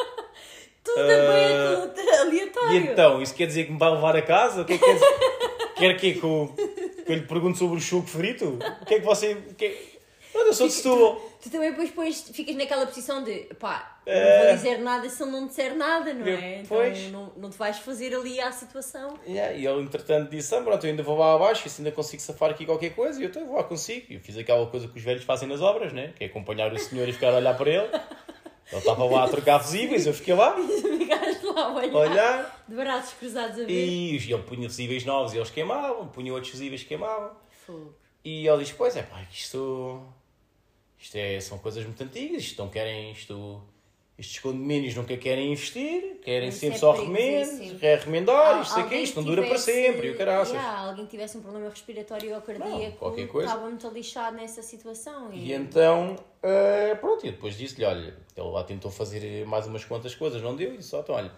Tudo uh, bem, tudo aleatório. E então, isso quer dizer que me vai levar a casa? O que é que quer dizer? Quer que, que, eu, que eu lhe pergunte sobre o choco frito? O que é que você... Que é... Não, eu sou de Setúbal. Tu, tu também depois pões, ficas naquela posição de, pá, não É... vou dizer nada se ele não disser nada, não é? Pois. Então não, não te vais fazer ali à situação. Yeah, e ele, entretanto, disse, ah, pronto, eu ainda vou lá abaixo, se ainda consigo safar aqui qualquer coisa. E eu, então, vou lá consigo. E eu fiz aquela coisa que os velhos fazem nas obras, né? Que é acompanhar o senhor e ficar a olhar para ele. Ele estava lá a trocar fusíveis, eu fiquei lá. Ficaste lá a olhar, olhar. De braços cruzados a ver. E ele punha fusíveis novos e eles queimavam, punha outros fusíveis que queimavam. Fogo. E ele diz, pois é, pá, isto... Isto é, são coisas muito antigas, isto não querem, isto, estes condomínios nunca querem investir, querem Isso sempre é só perigosíssimo. remendos, é remendar, Ah, isto aqui, alguém isto não que dura para tivesse- sempre, e o caraças. Yeah, alguém que tivesse um problema respiratório ou cardíaco, Não, qualquer coisa. estava muito lixado nessa situação. E então, uh, pronto, e depois disse-lhe, olha, ele lá tentou fazer mais umas quantas coisas, não deu, e disse, então, olha,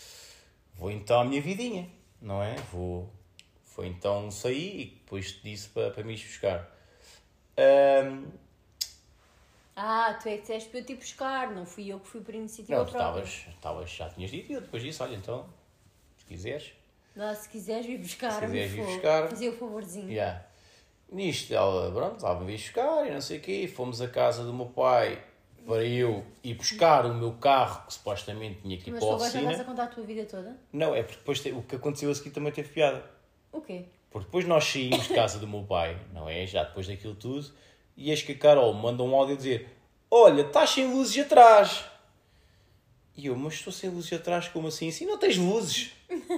vou então à minha vidinha, não é? Vou, vou então sair e depois disse para, para me ir buscar. Um, Ah, tu é que disseste para eu te ir buscar, não fui eu que fui por iniciativa não, tu própria. estavas, estavas, já tinhas dito, e eu depois disse, olha, então, se quiseres... Não, se quiseres vir buscar, Se quiseres vir fogo. buscar. Fazer o favorzinho. Yeah. Nisto, ela, pronto, estava a vir buscar e não sei o quê, fomos à casa do meu pai para eu ir buscar o meu carro, que supostamente tinha que ir Mas para a tu agora já estás a oficina. contar a tua vida toda? Não, é porque depois te- o que aconteceu a seguir também teve piada. O quê? Porque depois nós saímos de casa do meu pai, não é? Já depois daquilo tudo, e eis que a Carol manda um áudio a dizer: olha, estás sem luzes atrás. E eu, mas estou sem luzes atrás, como assim? Assim não tens luzes.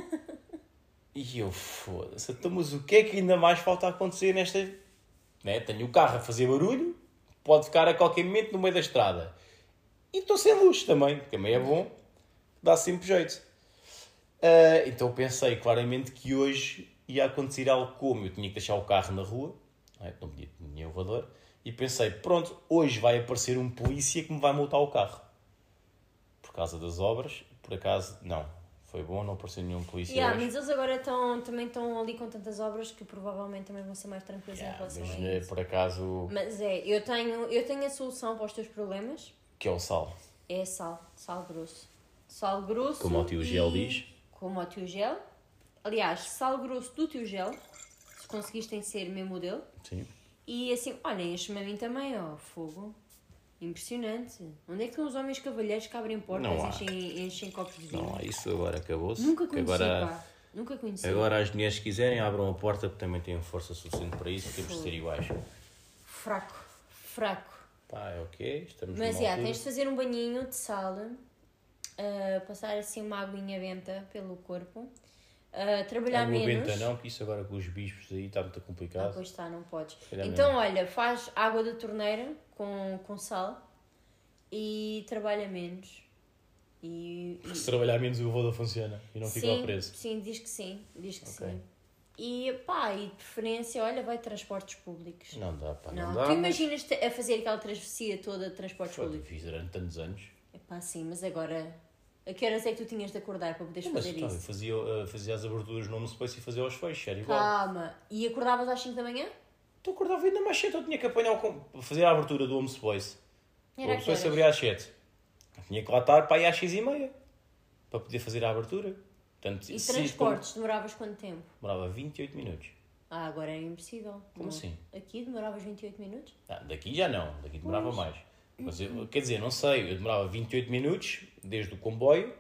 E eu, foda-se, então, mas o que é que ainda mais falta acontecer nesta... Né? Tenho o carro a fazer barulho, pode ficar a qualquer momento no meio da estrada. E estou sem luz também, que também é bom, dá sempre jeito. Uh, então pensei claramente que hoje ia acontecer algo como eu tinha que deixar o carro na rua, não, é? Não podia ter elevador, e pensei, pronto, hoje vai aparecer um polícia que me vai multar o carro. Por causa das obras, por acaso, não. Foi bom, não apareceu nenhum polícia yeah, hoje. Mas eles agora estão, também estão ali com tantas obras que provavelmente também vão ser mais tranquilos yeah, em relação mas, a isso. Por acaso... Mas é, eu tenho, eu tenho a solução para os teus problemas. Que é o sal. É sal, sal grosso. Sal grosso. Como o tio Gel diz. Como o tio Gel. Aliás, sal grosso do tio Gel. Se conseguiste ser mesmo dele. Sim. E assim, olha, enche-me a mim também, ó, fogo. Impressionante. Onde é que estão os homens cavalheiros que abrem portas e enchem, enchem copos de vinho? Não há isso, agora acabou-se. Nunca conheci, agora, pá. Nunca conheci. Agora as mulheres que quiserem abram a porta porque também têm força suficiente para isso e temos de ser iguais. Fraco, fraco. Pá, é ok, estamos Mas, já, tens de fazer um banhinho de sal, uh, passar assim uma aguinha benta pelo corpo, uh, trabalhar Água menos. benta não, que isso agora com os bispos aí está muito complicado. Ah, pois está, não podes. Calhar Então, mesmo. olha, faz água da torneira com, com sal e trabalha menos. E, e... Se trabalhar menos o voo funciona e não sim, fica ao preço. Sim, diz que sim, diz que Ok. sim. E pá, e de preferência, olha, vai de transportes públicos. Não dá, pá, Não, não, dá. tu mas- imaginas-te a fazer aquela travessia toda de transportes Foi, públicos? fiz durante tantos anos. Epá, sim, mas agora, a que horas é que tu tinhas de acordar para poderes Não, mas fazer então, eu isso? fazia, uh, fazia as aberturas no Home Space e fazia os fechos, era igual. Calma, e acordavas às cinco da manhã? Tu acordava ainda mais cedo, eu tinha que apanhar o... com- fazer a abertura do Home Space. O Era Home a que Space horas? abria às sete. Eu tinha que lá estar para ir às seis e meia. Para poder fazer a abertura. Portanto, E se- transportes, demoravas quanto tempo? Demorava vinte e oito minutos. Ah, agora é impossível. Como Não. assim? Aqui demoravas vinte e oito minutos? Ah, daqui já não, daqui demorava Pois. mais. Mas eu, quer dizer, não sei, eu demorava vinte e oito minutos desde o comboio,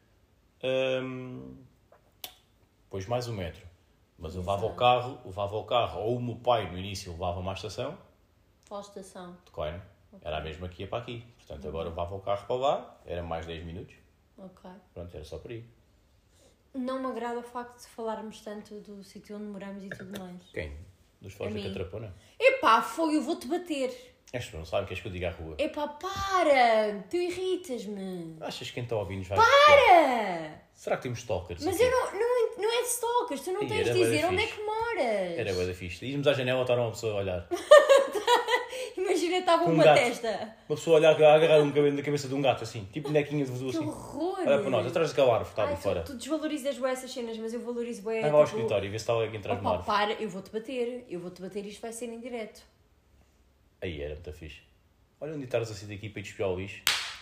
hum, depois mais o metro. Mas eu levava o Exato. carro, levava o carro, ou o meu pai no início levava-me à estação, Qual estação? de Coimbra, era a mesma que ia para aqui. Portanto, agora eu levava o carro para lá, era mais dez minutos, Ok. pronto, era só por aí. Não me agrada o facto de falarmos tanto do sítio onde moramos e tudo mais. Quem? Dos Foz A da mim. Catrapona? Epá, foi, eu vou-te bater. Estas pessoas não sabem o que és que eu digo à rua. Epá, para! Tu irritas-me. Achas que quem está a ouvir nos vai... Para! Será que temos stalkers Mas aqui? eu não, não, não é de stalkers, tu não Ih, tens de era bué da dizer onde é fixe. que moras. Era bué da fixe. Íamos à janela, estava uma pessoa a olhar. Imagina, estava Com um uma gato. testa. Uma pessoa a olhar, a agarrar um cabelo na cabeça de um gato, assim. Tipo bonequinha de voodoo, Que assim. horror! Olha para nós, atrás daquela árvore, está Ai, ali tu, fora. tu desvalorizas bué essas cenas, mas eu valorizo bué. Vai lá ao tipo, escritório e vê se está alguém atrás de uma Opa, árvore. para, eu vou-te bater. Eu vou-te bater e isto vai ser em direto. Aí era muito fixe. Olha onde estás assim daqui para ir despejar o lixo.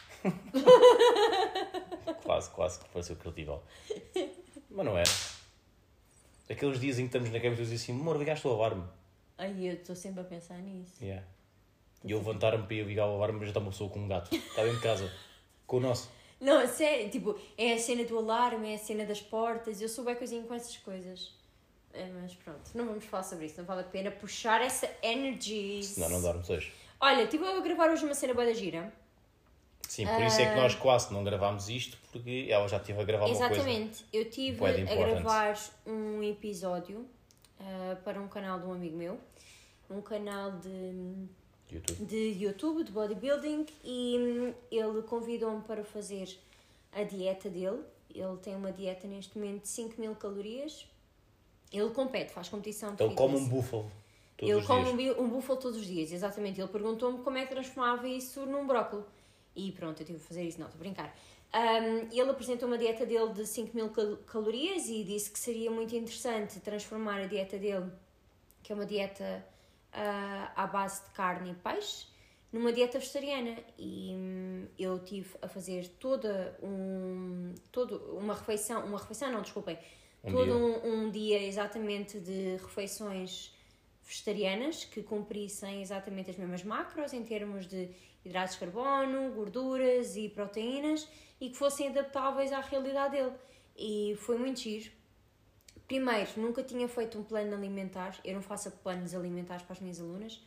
quase, quase que pareceu criativo. Mas não era. Aqueles dias em que estamos na cama e tu dizes assim, amor, ligaste o alarme. Ai, eu estou sempre a pensar nisso. Yeah. E eu levantar-me para ir ligar o alarme, mas já está uma pessoa com um gato. Está dentro de casa. Com o nosso. Não, é sério, tipo, é a cena do alarme, é a cena das portas, eu sou bem coisinho com essas coisas. É, mas pronto, não vamos falar sobre isso, não vale a pena puxar essa energy. Senão não dormes hoje. Olha, estive a gravar hoje uma cena boa da gira. Sim, por isso é que nós quase não gravámos isto, porque ela já esteve a gravar uma coisa. Exatamente, eu estive bué de a importante. gravar um episódio ah, para um canal de um amigo meu, um canal de, YouTube. de YouTube, de bodybuilding, e hum, ele convidou-me para fazer a dieta dele. Ele tem uma dieta neste momento de cinco mil calorias. Ele compete, faz competição de Ele come um fitness. búfalo todos Ele os come dias. um, bi- um búfalo todos os dias, exatamente. Ele perguntou-me como é que transformava isso num brócolis. E pronto, eu tive que fazer isso, não, estou a brincar. Um, ele apresentou uma dieta dele de cinco mil cal- calorias e disse que seria muito interessante transformar a dieta dele, que é uma dieta ah, à base de carne e peixe, numa dieta vegetariana. E hum, eu tive a fazer toda um, todo uma refeição, uma refeição não, desculpem, Um todo dia. Um, um dia exatamente de refeições vegetarianas que cumprissem exatamente as mesmas macros em termos de hidratos de carbono, gorduras e proteínas e que fossem adaptáveis à realidade dele. E foi muito giro. Primeiro, nunca tinha feito um plano alimentar. Eu não faço planos alimentares para as minhas alunas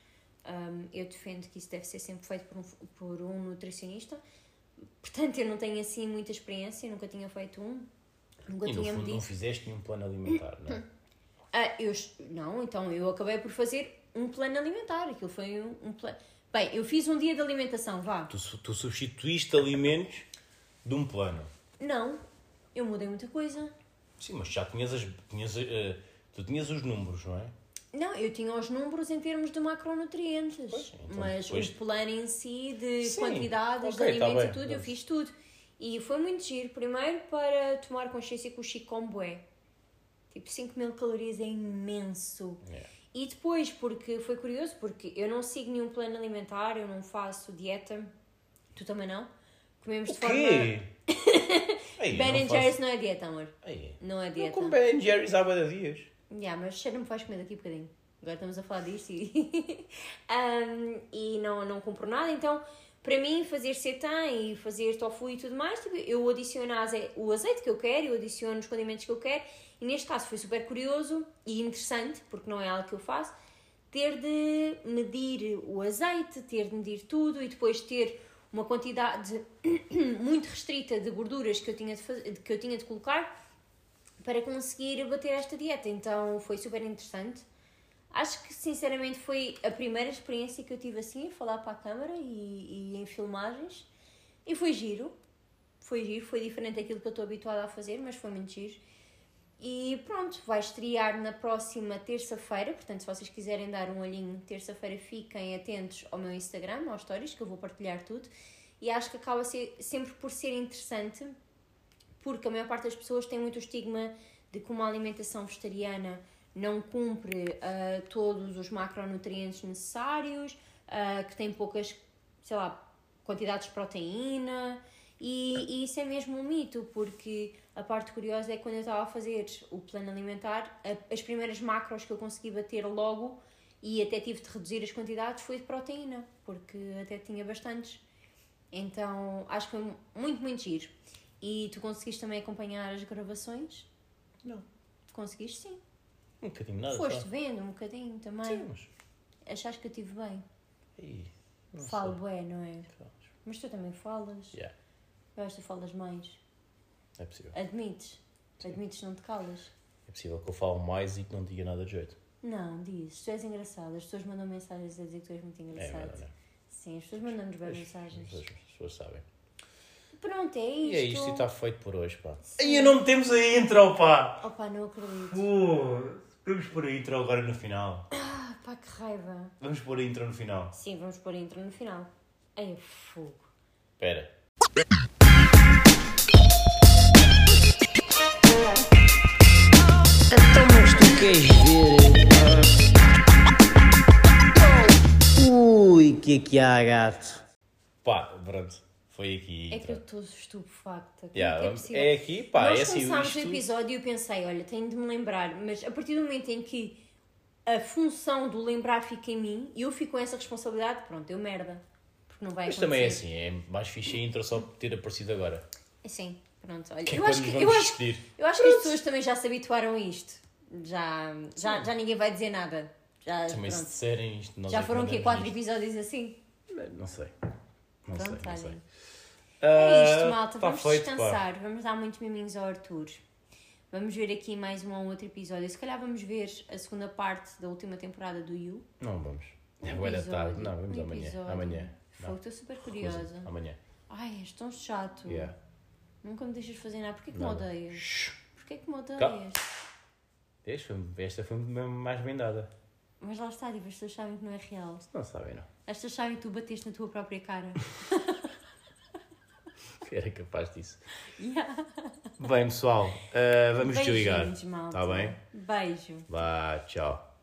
Um, eu defendo que isso deve ser sempre feito por um, por um nutricionista. Portanto, eu não tenho assim muita experiência, nunca tinha feito um. Nunca E no tinha fundo medido. não fizeste nenhum plano alimentar, não é? Ah, eu, não, então eu acabei por fazer um plano alimentar. Aquilo foi um, um plano. Bem, eu fiz um dia de alimentação, vá. Tu, su- tu substituíste alimentos de um plano. Não, eu mudei muita coisa. Sim, mas já tinhas, as, tinhas uh, tu tinhas os números, não é? Não, eu tinha os números em termos de macronutrientes, Pois, então mas depois- o plano em si de Sim, quantidades, ok, de tá alimentos bem, e tudo, eu mas- fiz tudo. E foi muito giro. Primeiro para tomar consciência que o Chico come bué. Tipo, cinco mil calorias é imenso. Yeah. E depois, porque foi curioso, porque eu não sigo nenhum plano alimentar, eu não faço dieta, tu também não. Comemos de O forma... quê? Ei, Ben não and faço- Jerry's não é dieta, amor. Ei, Não é não dieta. como Ben and Jerry's há bué de dias. Yeah, mas cheira me faz comer daqui a bocadinho. Agora estamos a falar disto e, um, e não, não compro nada. Então, para mim, fazer seitan e fazer tofu e tudo mais, tipo, eu adiciono aze- o azeite que eu quero, eu adiciono os condimentos que eu quero. E neste caso foi super curioso e interessante, porque não é algo que eu faço, ter de medir o azeite, ter de medir tudo e depois ter uma quantidade muito restrita de gorduras que eu tinha de, faz- que eu tinha de colocar para conseguir bater esta dieta. Então foi super interessante. Acho que sinceramente foi a primeira experiência que eu tive assim, a falar para a câmara e, e em filmagens. E foi giro. Foi giro, foi diferente daquilo que eu estou habituada a fazer, mas foi muito giro. E pronto, vai estrear na próxima terça-feira. Portanto, se vocês quiserem dar um olhinho, terça-feira fiquem atentos ao meu Instagram, aos stories, que eu vou partilhar tudo. E acho que acaba ser, sempre por ser interessante, porque a maior parte das pessoas tem muito o estigma de que uma alimentação vegetariana não cumpre uh, todos os macronutrientes necessários, uh, que tem poucas, sei lá, quantidades de proteína, e, e isso é mesmo um mito, porque a parte curiosa é que quando eu estava a fazer o plano alimentar, a, as primeiras macros que eu consegui bater logo, e até tive de reduzir as quantidades, foi de proteína, porque até tinha bastantes. Então, acho que foi muito, muito giro. E tu conseguiste também acompanhar as gravações? Não. Conseguiste, sim. Um bocadinho nada. Foste só. vendo um bocadinho também. Sim, mas... Achaste que eu estive bem? Ei, não Falo sei. bué, não é? Falas. Mas tu também falas. Yeah, Eu acho que tu falas mais. é possível. Admites. Sim. Admites, não te calas. É possível que eu fale mais e que não diga nada de jeito. Não, diz. Tu és engraçado. As pessoas mandam mensagens a dizer que tu és muito É engraçado. verdade, é. Sim, as pessoas mandam-nos bem As- mensagens. As, as pessoas sabem. Pronto, é isto. E é isto e está feito por hoje, pá. Sim. Aí não metemos a intro, pá! Opa, não acredito. Pô, vamos pôr a intro agora no final. Ah, pá, que raiva. Vamos pôr a intro no final. Sim, vamos pôr a intro no final. Ai, é fogo. Espera. Então, mas tu queres ver? Ui, que é que há, gato? Pá, pronto. Foi aqui a É que eu intro. estou estupefacta. Como Yeah, é que é vamos- possível? é aqui, pá, Nós é assim, começámos isto- o episódio e eu pensei, olha, tenho de me lembrar, mas a partir do momento em que a função do lembrar fica em mim e eu fico com essa responsabilidade, pronto, eu merda. Porque não vai Mas acontecer. também é assim, é mais fixe a intro só por ter aparecido agora. É sim, pronto, olha. Que é Eu quando acho, nos que, eu, vamos acho, despedir. eu acho que as pessoas também já se habituaram a isto. Já, já, já ninguém vai dizer nada. Já, Também se pronto. disserem isto, nós Já é que foram o quê? mandamos Quatro nisto. episódios assim? Não sei. Não Pronto, sei, não sei. olhem. É isto, Ah, malta. tá Vamos feito, pá. descansar. Vamos dar muitos miminhos ao Arthur. Vamos ver aqui mais um ou outro episódio. Se calhar vamos ver a segunda parte da última temporada do You. Não vamos. Um É boa da episódio, tarde. Não, vamos um amanhã. episódio. Amanhã. Fogo, Não. estou super Recusa. curiosa. Amanhã. Ai, és tão chato. Yeah. Nunca me deixas fazer nada. Porquê que me Nada. odeias? Shhh. Porquê que me odeias? Calma. Este foi- Esta foi mesmo mais bem dada. Mas lá está, tipo, as pessoas sabem que não é real. Não sabem, não. As pessoas sabem que tu bateste na tua própria cara. Era capaz disso. Yeah. Bem, pessoal, ah, vamos desligar. Beijinhos, malta. Tá bem? Beijo. Vá, tchau.